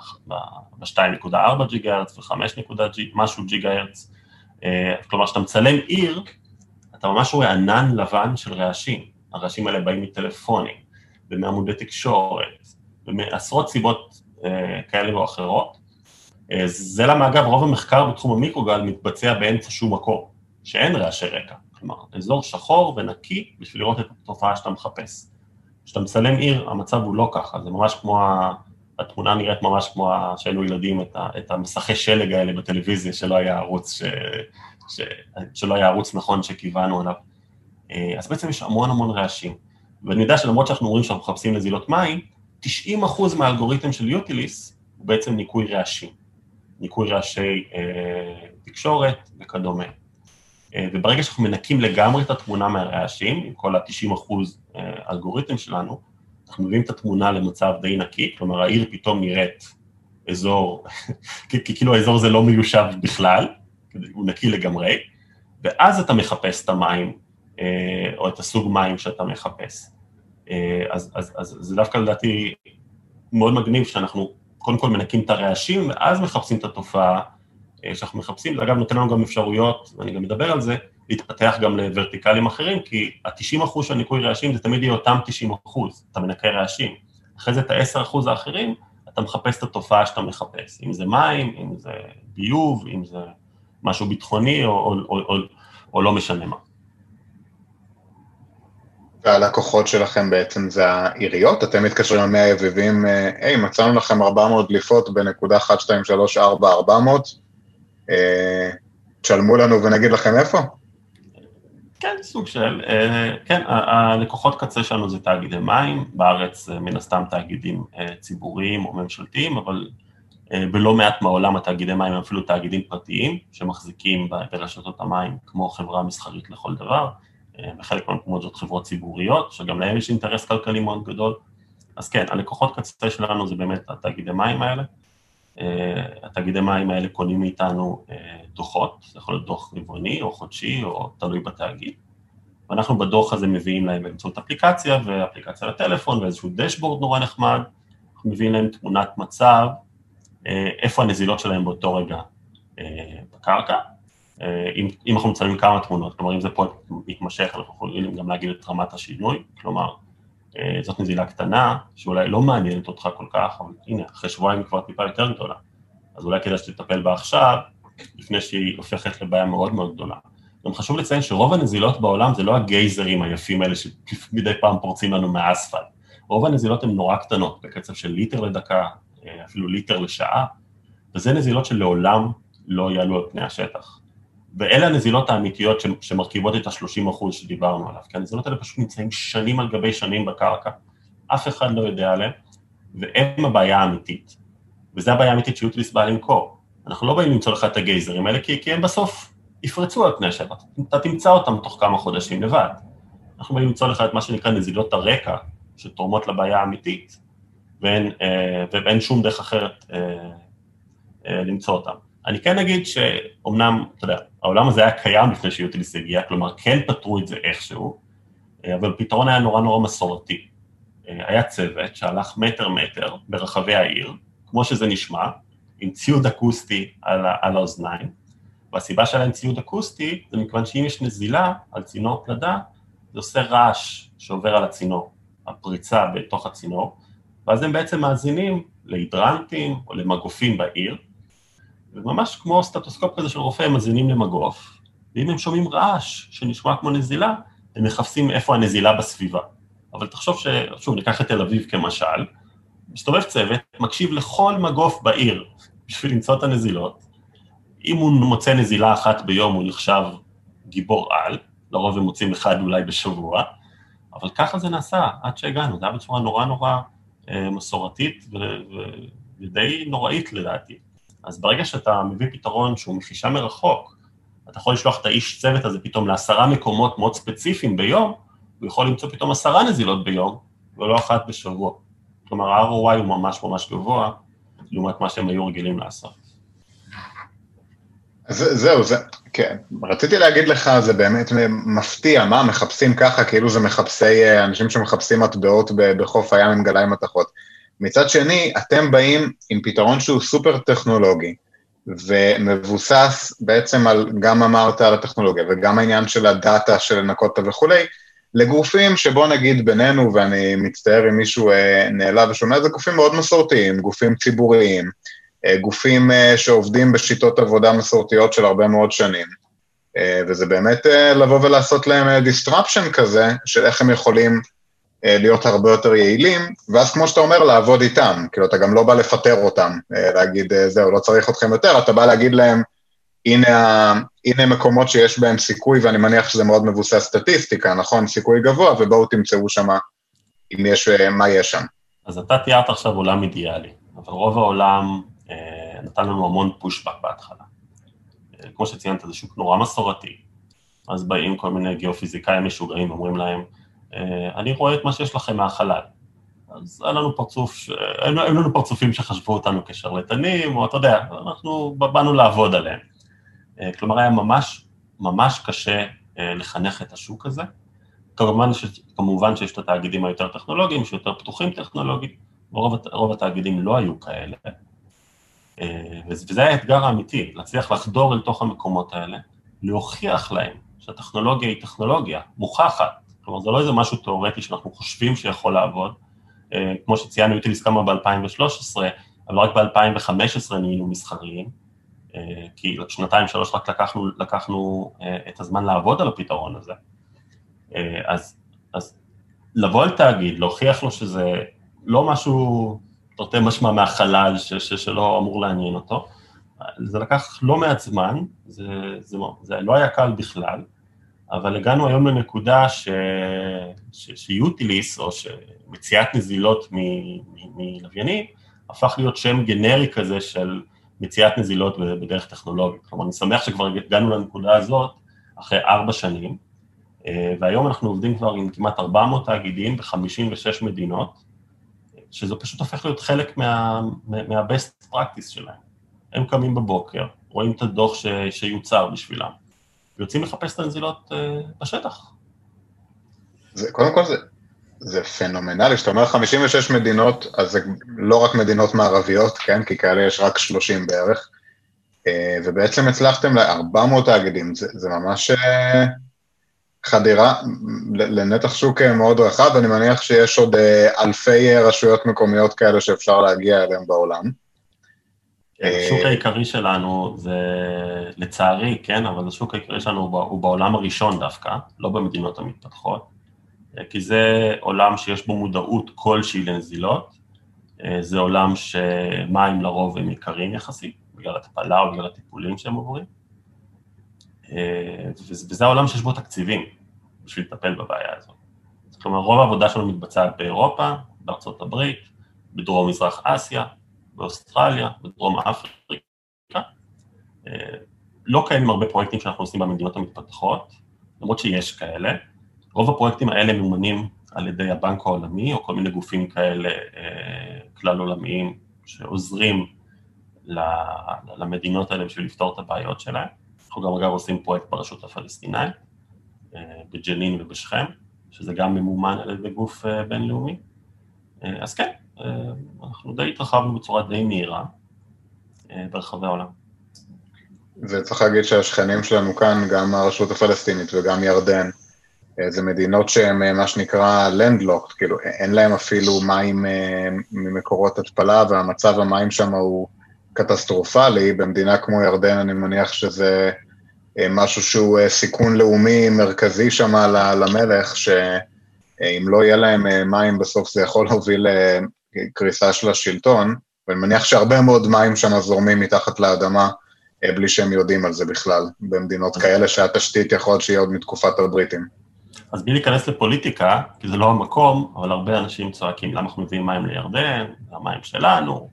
ב-2.4 ג'יגה הרץ ו-5 ג'יגה הרץ, כלומר שאתה מצלם עיר, אתה ממש רואה ענן לבן של רעשים, הרעשים האלה באים מטלפונים, ומעמודי תקשורת, ומעשרות סיבות כאלה או אחרות. זה למה אגב רוב המחקר בתחום המיקרוגל מתבצע באמצע שום מקום, שאין רעשי רקע, כלומר אזור שחור ונקי בשביל לראות את התופעה שאתה מחפש. כשאתה מצלם עיר המצב הוא לא ככה, זה ממש כמו, התמונה נראית ממש כמו שהיינו ילדים את המסכי שלג האלה בטלוויזיה שלא היה ערוץ נכון שכיוונו עליו. אז בעצם יש המון רעשים, ואני יודע שלמרות שאנחנו אומרים שאנחנו מחפשים נזילות מים, 90% מהאלגוריתם של יוטיליס הוא בעצם ניקוי רעשים, ניקוי רעשי תקשורת וכדומה. וברגע שאנחנו מנקים לגמרי את התמונה מהרעשים, עם כל ה-90% אלגוריתם שלנו, אנחנו מביאים את התמונה למצב די נקי, כלומר העיר פתאום נראית אזור, כאילו האזור זה לא מיושב בכלל, הוא נקי לגמרי, ואז אתה מחפש את המים או את הסוג מים שאתה מחפש. אז זה דווקא לדעתי מאוד מגניב שאנחנו קודם כל מנקים את הרעשים, ואז מחפשים את התופעה שאנחנו מחפשים, זה אגב נותן לנו גם אפשרויות, ואני גם מדבר על זה, להתפתח גם לוורטיקלים אחרים, כי ה-90% של ניקוי רעשים זה תמיד יהיה אותם 90%, אתה מנקה רעשים. אחרי זה את ה-10% האחרים, אתה מחפש את התופעה שאתה מחפש, אם זה מים, אם זה ביוב, אם זה משהו ביטחוני, או לא משנה מה. והלקוחות שלכם בעצם זה העיריות? אתם מתקשרים על 100 יביבים, היי, מצאנו לכם 400 דליפות בנקודה 1, 2, 3, 4, 400, תשלמו לנו ונגיד לכם איפה? כן, סוג של, כן, הלקוחות קצה שלנו זה תאגידי מים, בארץ מן הסתם תאגידים ציבוריים או ממשלתיים, אבל בלא מעט מהעולם התאגידי מים הם אפילו תאגידים פרטיים, שמחזיקים ברשתות המים כמו חברה מסחרית לכל דבר, בחלק מהמקומות זאת חברות ציבוריות, שגם להם יש אינטרס כלכלי מאוד גדול, אז כן, הלקוחות קצה שלנו זה באמת התאגידי מים האלה, התאגידי מים האלה קונים מאיתנו דוחות, זה יכול להיות דוח רבעוני או חודשי או תלוי בתאגיד, ואנחנו בדוח הזה מביאים להם באמצעות אפליקציה, ואפליקציה לטלפון ואיזשהו דשבורד נורא נחמד, אנחנו מביאים להם תמונת מצב, איפה הנזילות שלהם באותו רגע בקרקע, אם אנחנו מצלמים כמה תמונות, כלומר אם זה פה מתמשך, אנחנו יכולים גם להגיד את רמת השינוי, כלומר, זאת נזילה קטנה, שאולי לא מעניינת אותך כל כך, אבל הנה, אחרי שבועיים היא כבר טיפה יותר גדולה, אז אולי כדאי שתטפל בה עכשיו, לפני שהיא הופכת לבעיה מאוד מאוד גדולה. גם חשוב לציין שרוב הנזילות בעולם זה לא הגייזרים היפים האלה שמדי פעם פורצים לנו מהאספלט, רוב הנזילות הן נורא קטנות, בקצב של ליטר לדקה, אפילו ליטר לשעה, וזה נזילות שלעולם לא יעלו על פני השטח. ואלה הנזילות האמיתיות שמרכיבות את ה-30% שדיברנו עליו, כי הנזילות האלה פשוט נמצאים שנים על גבי שנים בקרקע, אף אחד לא יודע עליהם, והם הבעיה האמיתית. וזו הבעיה האמיתית שיוטיליסט בא למכור. אנחנו לא באים למצוא לך את הגייזרים האלה, כי הם בסוף יפרצו על פני השטח, אתה תמצא אותם תוך כמה חודשים לבד. אנחנו באים למצוא לך את מה שנקרא נזילות הרקע, שתורמות לבעיה האמיתית, ואין שום דרך אחרת למצוא אותם. אני כן אגיד שאומנם, אתה יודע, העולם הזה היה קיים לפני שיוטיליסט הגיע, כלומר, כן פתרו את זה איכשהו, אבל פתרון היה נורא נורא מסורתי. היה צוות שהלך מטר ברחבי העיר, כמו שזה נשמע, עם ציוד אקוסטי על האוזניים, והסיבה שלה עם ציוד אקוסטי, זה מכיוון שאם יש נזילה על צינור פלדה, זה עושה רעש שעובר על הצינור, הפריצה בתוך הצינור, ואז הם בעצם מאזינים להידרנטים או למגופים בעיר, וממש כמו סטטוסקופ כזה של רופא, הם מאזינים למגוף, ואם הם שומעים רעש שנשמע כמו נזילה, הם מחפשים איפה הנזילה בסביבה. אבל תחשוב שוב, ניקח את תל אביב כמשל, מסתובב צוות, מקשיב לכל מגוף בעיר, בשביל למצוא את הנזילות, אם הוא מוצא נזילה אחת ביום, הוא נחשב גיבור על, לרוב הם מוצאים אחד אולי בשבוע, אבל ככה זה נעשה, עד שהגענו, זה היה בצורה נורא נורא מסורתית, ודי נוראית לדעתי. אז ברגע שאתה מביא פתרון שהוא מחישה מרחוק, אתה יכול לשלוח את האיש צוות הזה פתאום ל10 מקומות מאוד ספציפיים ביום, הוא יכול למצוא פתאום 10 נזילות ביום, ולא אחת בשבוע. כלומר, ה-ROI הוא ממש ממש גבוה, לעומת מה שהם היו רגילים לעשות. זהו, כן. רציתי להגיד לך, זה באמת מפתיע, מה מחפשים ככה, כאילו זה מחפשי, אנשים שמחפשים מטבעות בחוף הים עם גליים מתכות. מצד שני, אתם באים עם פתרון שהוא סופר טכנולוגי, ומבוסס בעצם על, גם אמרת על הטכנולוגיה, וגם העניין של הדאטה של לנקות וכולי, לגופים שבוא נגיד בינינו, ואני מצטער אם מישהו נעלב ושומע, זה גופים מאוד מסורתיים, גופים ציבוריים, גופים שעובדים בשיטות עבודה מסורתיות של הרבה מאוד שנים, וזה באמת לבוא ולעשות להם disruption כזה, של איך הם יכולים להיות הרבה יותר יעילים, ואז כמו שאתה אומר, לעבוד איתם, כאילו אתה גם לא בא לפטר אותם, להגיד זהו, לא צריך אתכם יותר, אתה בא להגיד להם, הנה מקומות שיש בהם סיכוי, ואני מניח שזה מאוד מבוסס סטטיסטיקה, נכון? סיכוי גבוה, ובואו תמצאו שם אם יש, מה יש שם. אז אתה תיארת עכשיו עולם אידיאלי, אבל רוב העולם נתן לנו המון פושבק בהתחלה. כמו שציינת, זה שוק נורא מסורתי, אז באים כל מיני גיאופיזיקאים משוגעים, אומרים להם, אני רואה את מה שיש לכם מהחלל. אז אין לנו פרצופים שחשבו אותנו כשרלטנים, או אתה יודע, אנחנו באנו לעבוד עליהם. כלומר, היה ממש, ממש קשה לחנך את השוק הזה. כמובן שיש את התאגידים היותר טכנולוגיים, שיותר פתוחים טכנולוגית, ורוב התאגידים לא היו כאלה. וזה האתגר האמיתי, להצליח לחדור אל תוך המקומות האלה, להוכיח להם שהטכנולוגיה היא טכנולוגיה מוכחת, כלומר זה לא איזה משהו תיאורטי שאנחנו חושבים שיכול לעבוד, כמו שציינו יוטיליס קמה ב-2013, אבל רק ב-2015 נהיינו מסחריים, כי שנתיים-שלוש רק לקחנו את הזמן לעבוד על הפתרון הזה. אז לבוא על תאגיד, להוכיח לו שזה לא משהו תרתי משמע מהחלל שלא אמור לעניין אותו, זה לקח לא מעט זמן, זה לא היה קל בכלל, אבל הגענו היום לנקודה שיוטיליס, או שמציאת נזילות מלוויינים, הפך להיות שם גנרי כזה של מציאת נזילות בדרך טכנולוגית. כלומר, אני שמח שכבר הגענו לנקודה הזאת אחרי 4 שנים, והיום אנחנו עובדים כבר עם כמעט 400 תאגידים ב-56 מדינות, שזה פשוט הופך להיות חלק מה-best practice שלהם. הם קמים בבוקר, רואים את הדוח שיוצר בשבילם, ויוצאים לחפש את הנזילות בשטח. קודם כל זה פנומנלי, שאתה אומר 56 מדינות, אז זה לא רק מדינות מערביות, כן? כי כאלה יש רק 30 בערך, ובעצם הצלחתם ל-400 תאגידים, זה ממש חדירה לנתח שוק מאוד רחב, ואני מניח שיש עוד אלפי רשויות מקומיות כאלה שאפשר להגיע אליהם בעולם. השוק העיקרי שלנו זה, לצערי, כן, אבל השוק העיקרי שלנו הוא בעולם הראשון דווקא, לא במדינות המתפתחות, כי זה עולם שיש בו מודעות כלשהי לנזילות, זה עולם שמים לרוב הם יקרים יחסית, בגלל התפלה או בגלל הטיפולים שהם עוברים, וזה העולם שיש בו תקציבים בשביל לטפל בבעיה הזאת. כלומר, רוב העבודה שלנו מתבצעת באירופה, בארצות הברית, בדרום מזרח אסיה, באוסטרליה, בדרום אפריקה. לא קיימים הרבה פרויקטים שאנחנו עושים במדינות המתפתחות, למרות שיש כאלה. רוב הפרויקטים האלה ממומנים על ידי הבנק העולמי, או כל מיני גופים כאלה כלל עולמיים, שעוזרים למדינות האלה בשביל לפתור את הבעיות שלהם. אנחנו גם אגב עושים פרויקט ברשות הפלסטינאית, בג'נין ובשכם, שזה גם ממומן על ידי גוף בינלאומי. אז כן, אנחנו די התרחבנו בצורה די מהירה ברחבי העולם. וצריך להגיד שהשכנים שלנו כאן, גם הרשות הפלסטינית וגם ירדן, זה מדינות שהן מה שנקרא landlocked, כאילו אין להם אפילו מים ממקורות התפלה, והמצב המים שם הוא קטסטרופלי. במדינה כמו ירדן אני מניח שזה משהו שהוא סיכון לאומי מרכזי שם למלך, שאם לא יהיה להם מים בסוף זה יכול להוביל לקריסה של השלטון, ואני מניח שהרבה מאוד מים שם זורמים מתחת לאדמה, בלי שהם יודעים על זה בכלל, במדינות כאלה שהתשתית יכול שיהיה עוד מתקופת הבריטים. אז בלי להיכנס לפוליטיקה, כי זה לא המקום, אבל הרבה אנשים צועקים, למה אנחנו מביאים מים לירדן, המים שלנו,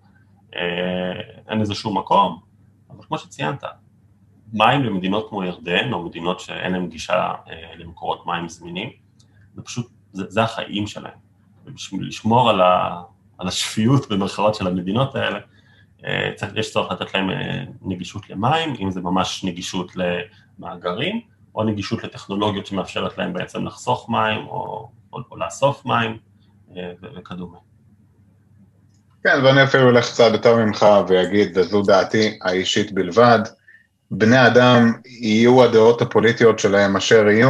אין איזשהו מקום, אבל כמו שציינת, מים במדינות כמו ירדן, או מדינות שאין להם גישה למקורות מים זמינים, זה פשוט, זה החיים שלהם. ובשביל לשמור על השפיות במרכאות של המדינות האלה, יש צורך לתת להם נגישות למים, אם זה ממש נגישות למאגרים, או נגישות לטכנולוגיות שמאפשרת להם בעצם לחסוך מים, או לאסוף מים, וכדומה. כן, ואני אפילו אלך צעד יותר ממך ויגיד, וזו דעתי האישית בלבד, בני אדם יהיו הדעות הפוליטיות שלהם אשר יהיו,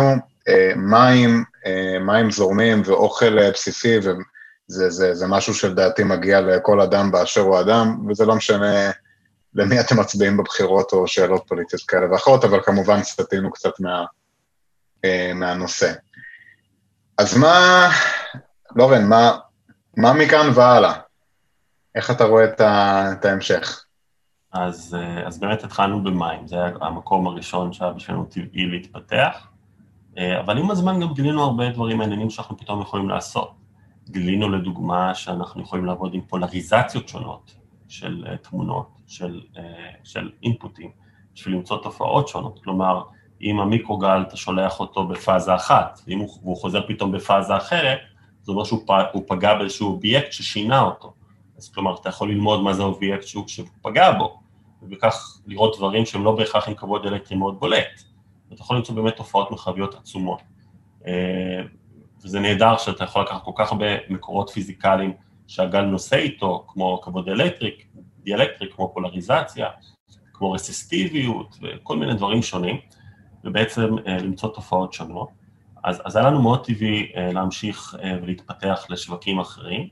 מים זורמים ואוכל בסיסי, וזה משהו שלדעתי מגיע לכל אדם באשר הוא אדם, וזה לא משנה למי אתם מצביעים בבחירות או שאלות פוליטיות כאלה ואחרות, אבל כמובן סתינו קצת מהנושא. אז לורן, מה מכאן והלאה? איך אתה רואה את ההמשך? אז באמת התחלנו במים, זה היה המקום הראשון שהיה בשבילנו טבעי להתפתח, אבל עם הזמן גם גילינו הרבה דברים מעניינים שאנחנו פתאום יכולים לעשות. גילינו לדוגמה שאנחנו יכולים לעבוד עם פולריזציות שונות של תמונות, של אינפוטים, בשביל למצוא תופעות שונות. כלומר, אם המיקרוגל אתה שולח אותו בפאזה אחת, ואם הוא חוזר פתאום בפאזה אחרת, זה אומר שהוא פגע באיזשהו אובייקט ששינה אותו. אז כלומר, אתה יכול ללמוד מה זה אובייקט שהוא פגע בו, וכך לראות דברים שהם לא בהכרח עם כבוד אלקטרי מאוד בולט. ואתה יכול למצוא באמת תופעות מרחביות עצומות. וזה נהדר שאתה יכול לקחת כל כך הרבה מקורות פיזיקליים שהגל נושא איתו, כמו כבוד דיאלקטרי, כמו פולריזציה, כמו רסיסטיביות וכל מיני דברים שונים, ובעצם למצוא תופעות שונות. אז היה לנו מאוד טבעי להמשיך ולהתפתח לשווקים אחרים.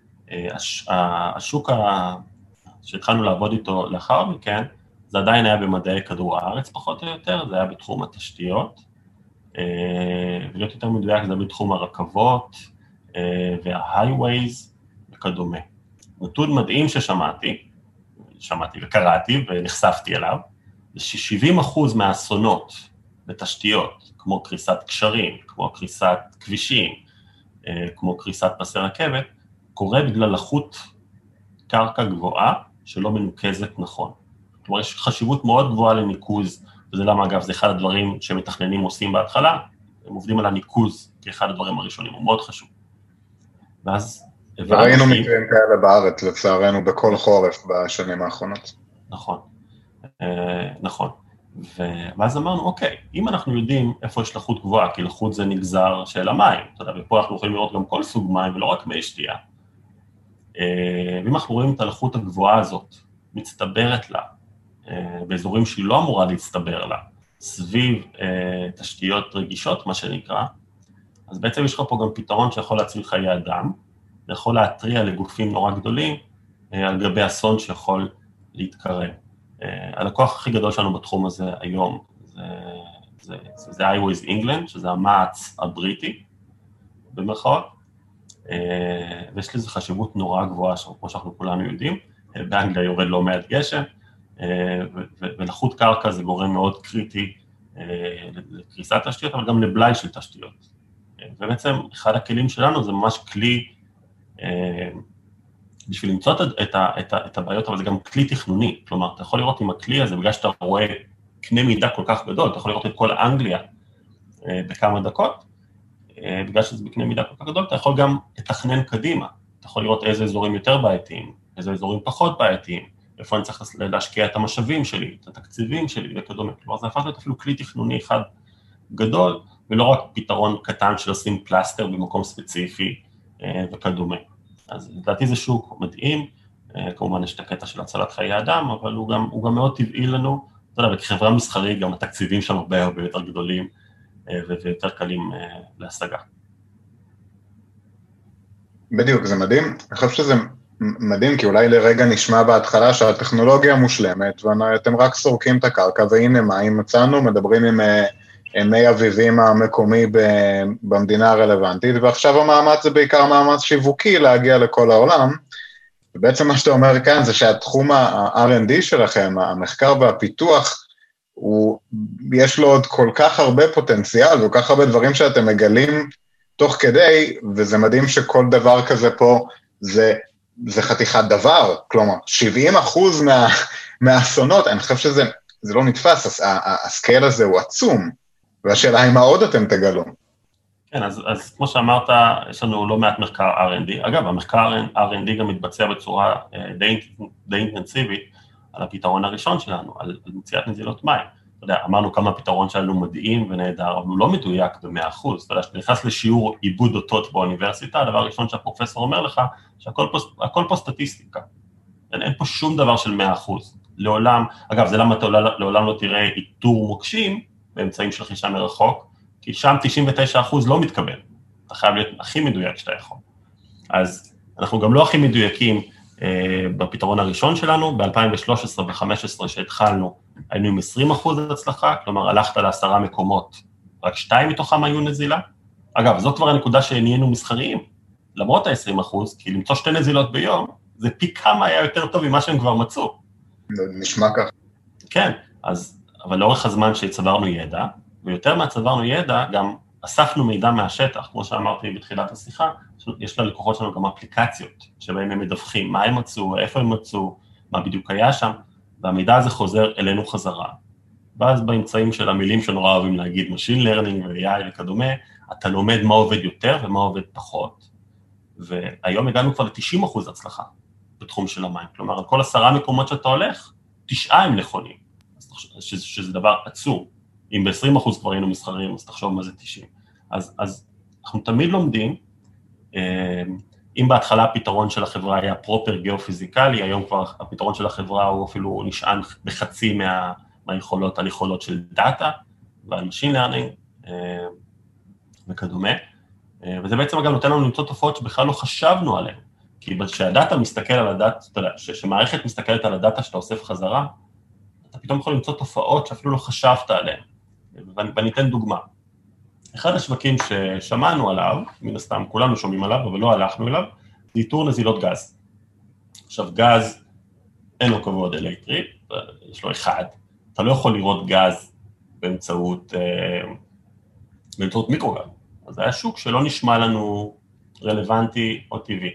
השוק שהתחלנו לעבוד איתו לאחר מכן, זה עדיין היה במדעי כדור הארץ פחות או יותר, זה היה בתחום התשתיות, ולהיות יותר מדויק זה בתחום הרכבות וה-highways וכדומה. נתון מדהים ששמעתי וקראתי ונחשפתי אליו, זה ש70% מהאסונות בתשתיות, כמו קריסת קשרים, כמו קריסת כבישים, כמו קריסת פסי רכבת, קורה בגלל לחות קרקע גבוהה שלא מנוקזת נכון. כלומר, יש חשיבות מאוד גבוהה לניקוז, וזה למה, אגב, זה אחד הדברים שמתכננים עושים בהתחלה, הם עובדים על הניקוז כאחד הדברים הראשונים, הוא מאוד חשוב. ואז ראינו מקרים כאלה בארץ, לצערנו, בכל חורף בשנים האחרונות. נכון, נכון. ואז אמרנו, אוקיי, אם אנחנו יודעים איפה יש לחות גבוהה, כי לחות זה נגזר של המים, אתה יודע, ופה אנחנו יכולים לראות גם כל סוג מים, ולא רק מי שתייה. ואם אנחנו רואים את הלחות הגבוהה הזאת, מצטברת לה, באזורים שהיא לא אמורה להצטבר לה, סביב תשתיות רגישות, מה שנקרא, אז בעצם יש לך פה גם פתרון שיכול להציל חיי אדם, ויכול להתריע לגופים נורא גדולים, על גבי אסון שיכול להתקרב. הלקוח הכי גדול שלנו בתחום הזה היום, זה iWays England, שזה המעץ הבריטי, במרכאות, ויש לזה חשיבות נורא גבוהה, כמו שאנחנו כולנו יודעים, באנגליה יורד לא מעט גשם, ולחות קרקע זה גורם מאוד קריטי לקריסת תשתיות, אבל גם לבלאי של תשתיות. ובעצם אחד הכלים שלנו זה ממש כלי, בשביל למצוא את הבעיות, אבל זה גם כלי תכנוני, כלומר, אתה יכול לראות עם הכלי הזה, בגלל שאתה רואה קנה מידה כל כך גדול, אתה יכול לראות את כל אנגליה בכמה דקות, בגלל שזה בקנה מידה כל כך גדול, אתה יכול גם לתכנן קדימה, אתה יכול לראות איזה אזורים יותר בעייתיים, איזה אזורים פחות בעייתיים, איפה אני צריך להשקיע את המשאבים שלי, את התקציבים שלי וכדומה, כלומר, זה הפך להיות אפילו כלי תכנוני אחד גדול, ולא רק פתרון קטן של לשים פלסטר במקום ספציפי וכדומה. אז לדעתי זה שוק מדהים, כמובן יש את הקטע של הצלת חיי אדם, אבל הוא גם מאוד טבעי לנו, אתה יודע, וכחברה מסחרית גם התקציבים שם הרבה יותר גדולים ויותר קלים להשגה. בדיוק, זה מדהים. אני חושב שזה מדהים, כי אולי לרגע נשמע בהתחלה שהטכנולוגיה מושלמת, ואתם רק סורקים את הקרקע, והנה מה, אם מצאנו, מדברים עם מי אביבים המקומי במדינה הרלוונטית, ועכשיו המאמץ זה בעיקר מאמץ שיווקי להגיע לכל העולם, ובעצם מה שאתה אומר כאן זה שהתחום ה-R&D שלכם, המחקר והפיתוח, יש לו עוד כל כך הרבה פוטנציאל, וכל כך הרבה דברים שאתם מגלים תוך כדי, וזה מדהים שכל דבר כזה פה זה חתיכת דבר, כלומר, 70% מהאסונות, אני חושב שזה לא נתפס, הסקייל הזה הוא עצום, והשאלה היא מה עוד אתם תגלו. כן, אז כמו שאמרת, יש לנו לא מעט מחקר R&D, אגב, המחקר R&D גם מתבצע בצורה די אינטנסיבית, על הפתרון הראשון שלנו, על מציאת נזילות מים. אתה יודע, אמרנו כמה הפתרון שלנו מדהים ונהדר, אבל הוא לא מדויק ב100%. אתה יודע, שאתה נכנס לשיעור עיבוד אותות באוניברסיטה, הדבר הראשון שהפרופסור אומר לך, שהכל פה סטטיסטיקה. אין פה שום דבר של 100%. לעולם, אגב, זה למה אתה לעולם לא תראה איתור מוקשים, באמצעים של חישה מרחוק, כי שם 99% לא מתקבל. אתה חייב להיות הכי מדויק שאתה יכול. אז אנחנו גם לא הכי מדויקים בפתרון הראשון שלנו, ב-2013 ו-2015 שהתחלנו, היינו עם 20% הצלחה, כלומר הלכת ל10 מקומות, רק 2 מתוכם היו נזילה. אגב, זו כבר הנקודה שנהיינו מסחריים, למרות ה-20%, כי למצוא 2 נזילות ביום, זה פי כמה היה יותר טוב ממה שהם כבר מצאו. נשמע כך. כן, אבל לאורך הזמן שהצברנו ידע, ויותר מהצברנו ידע, גם אספנו מידע מהשטח, כמו שאמרתי בתחילת השיחה, יש ללקוחות שלנו גם אפליקציות, שבהם הם מדווחים מה הם מצאו, איפה הם מצאו, מה בדיוק היה שם, והמידע הזה חוזר אלינו חזרה. ואז באמצעים של המילים שנורא אוהבים להגיד, Machine Learning ו-AI וכדומה, אתה לומד מה עובד יותר ומה עובד פחות, והיום הגענו כבר ל-90% הצלחה בתחום של המים, כלומר, על כל 10 מקומות שאתה הולך, 9 הם נכונים, שזה דבר עצום. אם ב-20% כבר היינו מסחרים, אז תחשוב מה זה 90. אז אנחנו תמיד לומדים, אם בהתחלה הפתרון של החברה היה פרופר גיאופיזיקלי, היום כבר הפתרון של החברה הוא אפילו נשען בחצי מהיכולות, על יכולות של דאטה, ועל Machine Learning וכדומה, וזה בעצם אגב נותן לנו למצוא תופעות שבכלל לא חשבנו עליהן, כי כשהדאטה מסתכל על הדאטה, אתה יודע, שמערכת מסתכלת על הדאטה שאתה אוסף חזרה, אתה פתאום יכול למצוא תופעות שאפילו לא חשבת עליהן, ואני אתן דוגמה. אחד השווקים ששמענו עליו, מן הסתם כולנו שומעים עליו, אבל לא הלכנו אליו, זה איתור נזילות גז. עכשיו גז, אין לו כבוד אלקטרי, יש לו אחד, אתה לא יכול לראות גז באמצעות מיקרוגל, אז זה היה שוק שלא נשמע לנו רלוונטי או טבעי.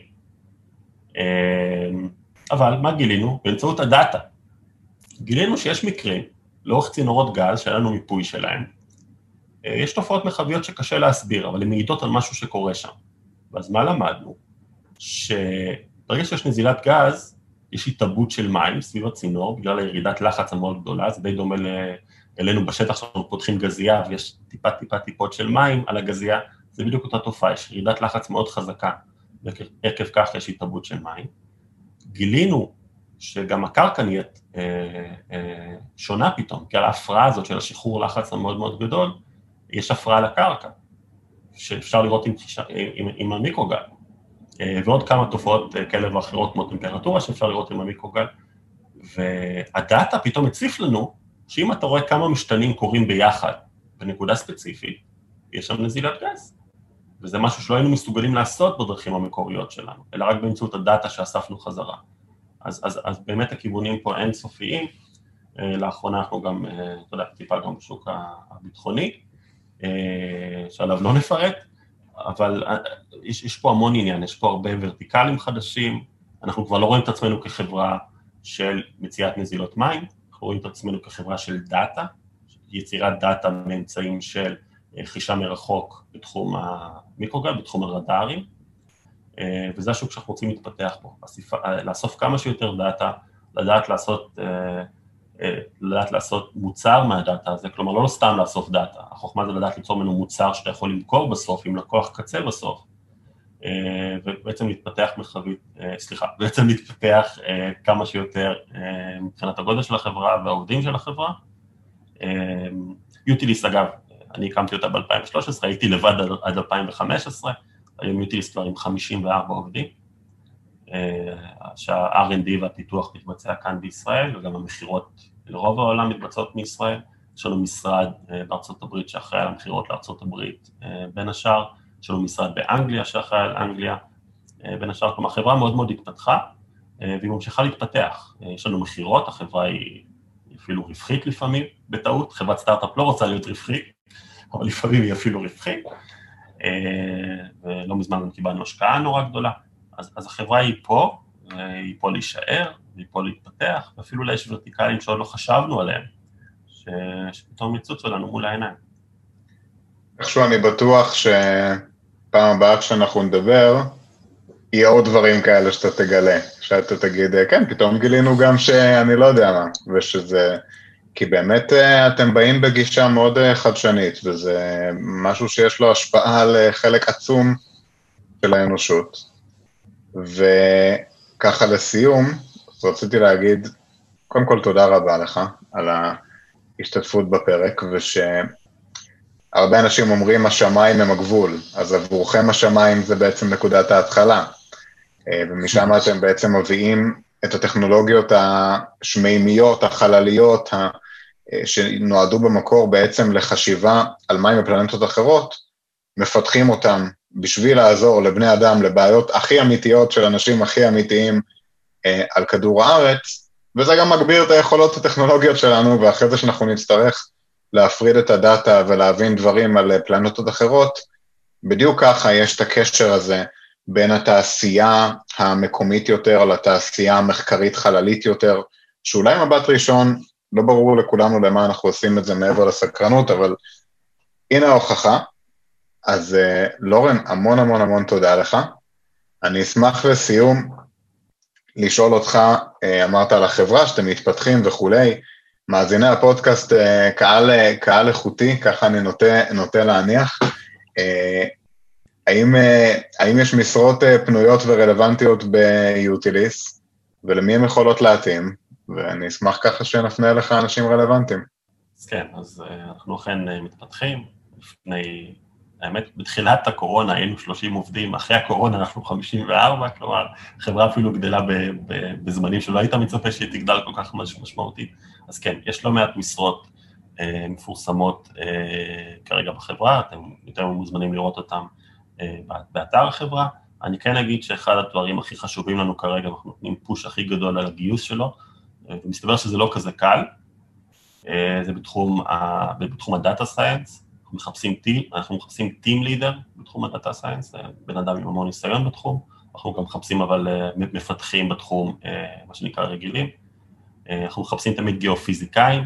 אבל מה גילינו? באמצעות הדאטה. גילינו שיש מקרים, לאורך צינורות גז, שהיה לנו מיפוי שלהם, יש תופעות מרחביות שקשה להסביר, אבל הן מעידות על משהו שקורה שם. ואז מה למדנו? שברגע שיש נזילת גז, יש התאבות של מים סביב הצינור, בגלל הירידת לחץ המאוד גדולה, זה די דומה אלינו בשטח שאנחנו פותחים גזייה, ויש טיפות של מים על הגזייה, זה בדיוק אותה תופעה, יש ירידת לחץ מאוד חזקה, ועקב כך יש התאבות של מים. גילינו שגם הקרקע נהיית שונה פתאום, כי על ההפרעה הזאת של השחרור לחץ המאוד מאוד גדול, יש הפרעה לקרקע, שאפשר לראות עם המיקרוגל, ועוד כמה תופעות כאלה ואחרות כמו טמפרטורה שאפשר לראות עם המיקרוגל, והדאטה פתאום הציף לנו, שאם אתה רואה כמה משתנים קורים ביחד, בנקודה ספציפית, יש שם נזילת גז, וזה משהו שלא היינו מסוגלים לעשות בדרכים המקוריות שלנו, אלא רק באמצעות הדאטה שאספנו חזרה. אז באמת הכיוונים פה אינסופיים, לאחרונה אנחנו גם, אתה יודע, טיפה גם בשוק הביטחוני, שעליו לא נפרט, אבל יש פה המון עניין, יש פה הרבה ורטיקלים חדשים, אנחנו כבר לא רואים את עצמנו כחברה של מציאת נזילות מים, אנחנו רואים את עצמנו כחברה של דאטה, יצירת דאטה מאמצעים של חישה מרחוק בתחום המיקרוגל, בתחום הרדארים, וזה השוק שאנחנו רוצים להתפתח בו, לאסוף כמה שיותר דאטה, לדעת לעשות מוצר מהדאטה הזה, כלומר לא סתם לאסוף דאטה, החוכמה זה לדעת ליצור ממנו מוצר שאתה יכול למכור בסוף, עם לקוח קצה בסוף, ובעצם להתפתח כמה שיותר מבחינת הגודל של החברה והעובדים של החברה. יוטיליסט אגב, אני הקמתי אותה ב-2013, הייתי לבד עד 2015, היום יוטיליסט כבר עם 54 עובדים, שה-R&D והפיתוח מתבצע כאן בישראל, וגם המחירות לרוב העולם מתבצעות מישראל, יש לנו משרד בארצות הברית שאחראי על המחירות לארצות הברית בין השאר, יש לנו משרד באנגליה שאחראי על אנגליה בין השאר, כלומר החברה מאוד מאוד התפתחה, והיא ממשיכה להתפתח, יש לנו מחירות, החברה היא אפילו רווחית לפעמים, בטעות, חברת סטארט-אפ לא רוצה להיות רווחית, אבל לפעמים היא אפילו רווחית, ולא מזמן קיבלנו השקעה נורא גדולה, אז החברה היא פה להישאר, היא פה להתפתח, ואפילו יש ורטיקלים שעוד לא חשבנו עליהם, שפתאום יצוצו לנו מול העיניים. איכשהו אני בטוח שפעם הבאה כשאנחנו נדבר, יהיה עוד דברים כאלה שאתה תגלה, שאתה תגיד, כן, פתאום גילינו גם שאני לא יודע מה, ושזה, כי באמת אתם באים בגישה מאוד חדשנית, וזה משהו שיש לו השפעה על חלק עצום של האנושות. וככה לסיום, רציתי להגיד, קודם כל תודה רבה לך על ההשתתפות בפרק, ושהרבה אנשים אומרים השמיים הם הגבול, אז עבורכם השמיים זה בעצם נקודת ההתחלה, ומשם אתם בעצם מביאים את הטכנולוגיות השמימיות, החלליות, שנועדו במקור בעצם לחשיבה על מים בפלנטות אחרות, מפתחים אותם בשביל לעזור לבני אדם, לבעיות הכי אמיתיות של אנשים הכי אמיתיים על כדור הארץ, וזה גם מגביר את היכולות הטכנולוגיות שלנו, ואחרי זה שאנחנו נצטרך להפריד את הדאטה ולהבין דברים על פלנטות אחרות, בדיוק ככה יש את הקשר הזה בין התעשייה המקומית יותר לתעשייה המחקרית חללית יותר, שאולי מבט ראשון לא ברור לכולנו למה אנחנו עושים את זה מעבר לסקרנות, אבל הנה ההוכחה. אז לורן, המון המון המון תודה לך. אני אשמח לסיום לשאול אותך, אמרת על החברה שאתם מתפתחים וכולי, מאזיני הפודקאסט קהל איכותי, ככה אני נוטה להניח. האם יש משרות פנויות ורלוונטיות ביוטיליס, ולמי הן יכולות להתאים? ואני אשמח ככה שנפנה לך אנשים רלוונטיים. אז כן, אז אנחנו אכן מתפתחים. לפני, האמת, בתחילת הקורונה היינו 30 עובדים, אחרי הקורונה אנחנו 54, כלומר, החברה אפילו גדלה בזמנים שלא היית מצפה שהיא תגדל כל כך משמעותית. אז כן, יש לא מעט משרות מפורסמות כרגע בחברה, אתם יותר מוזמנים לראות אותם באתר החברה. אני כן אגיד שאחד הדברים הכי חשובים לנו כרגע, אנחנו נותנים פוש הכי גדול על הגיוס שלו, ומסתבר שזה לא כזה קל, זה בתחום הדאטה סיינס, אנחנו מחפשים טים לידר בתחום הדאטה סיינס, בן אדם עם המון ניסיון בתחום, אנחנו גם מחפשים אבל מפתחים בתחום, מה שנקרא רגילים, אנחנו מחפשים תמיד גיאופיזיקאים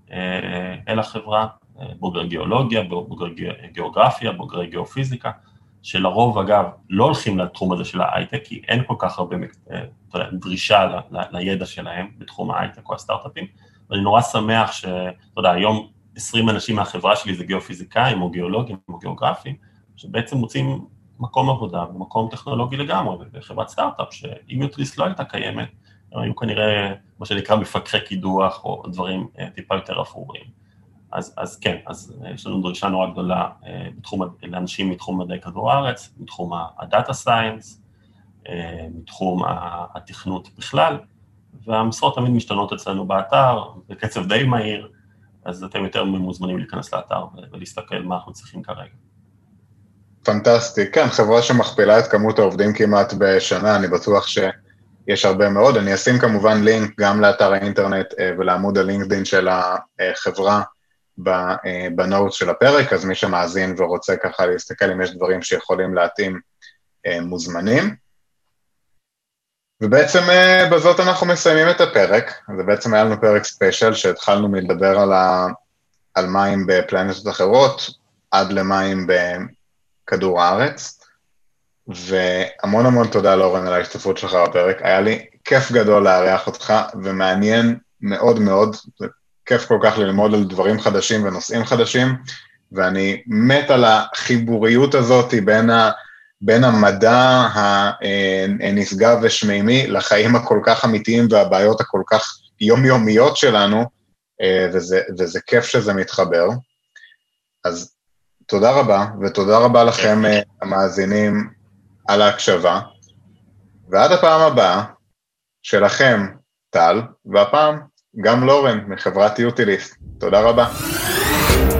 אל החברה, בוגרי גיאולוגיה, בוגרי גיאוגרפיה, בוגרי גיאופיזיקה, שלרוב אגב לא הולכים לתחום הזה של ההייטק, כי אין כל כך הרבה דרישה לידע שלהם בתחום ההייטק או הסטארט-אפים, ואני נורא שמח שאתה יודע, היום 20 אנשים מהחברה שלי זה גיאופיזיקאים או גיאולוגים או גיאוגרפים, שבעצם מוצאים מקום עבודה ומקום טכנולוגי לגמרי, בחברת סטארט-אפ, שאם יוטיליס לא הייתה קיימת, היו כנראה מה שנקרא מפקחי קידוח או דברים טיפה יותר אפורים. אז כן, אז יש לנו דרישה נורא גדולה לאנשים מתחום מדעי כדור הארץ, מתחום הדאטה סיינס, מתחום התכנות בכלל, והמשרות תמיד משתנות אצלנו באתר, בקצב די מהיר, אז אתם יותר מוזמנים להיכנס לאתר ולהסתכל מה אנחנו צריכים כרגע. פנטסטי, כן, חברה שמכפילה את כמות העובדים כמעט בשנה, אני בטוח שיש הרבה מאוד, אני אשים כמובן לינק גם לאתר האינטרנט ולעמוד הלינקדין של החברה בנוט של הפרק, אז מי שמאזין ורוצה ככה להסתכל אם יש דברים שיכולים להתאים מוזמנים. ובעצם בזאת אנחנו מסיימים את הפרק, זה בעצם היה לנו פרק ספיישל שהתחלנו מלדבר על מים בפלנטות אחרות, עד למים בכדור הארץ, והמון המון תודה לאורן על ההשתתפות שלך בפרק, היה לי כיף גדול להריח אותך, ומעניין מאוד מאוד, זה כיף כל כך ללמוד על דברים חדשים ונושאים חדשים, ואני מת על החיבוריות הזאת בין המדע הנשגב ושמימי לחיים הכל כך אמיתיים והבעיות הכל כך יומיומיות שלנו, וזה כיף שזה מתחבר. אז תודה רבה, ותודה רבה לכם המאזינים על ההקשבה, ועד הפעם הבאה שלכם טל, והפעם גם לורן מחברת יוטיליסט. תודה רבה.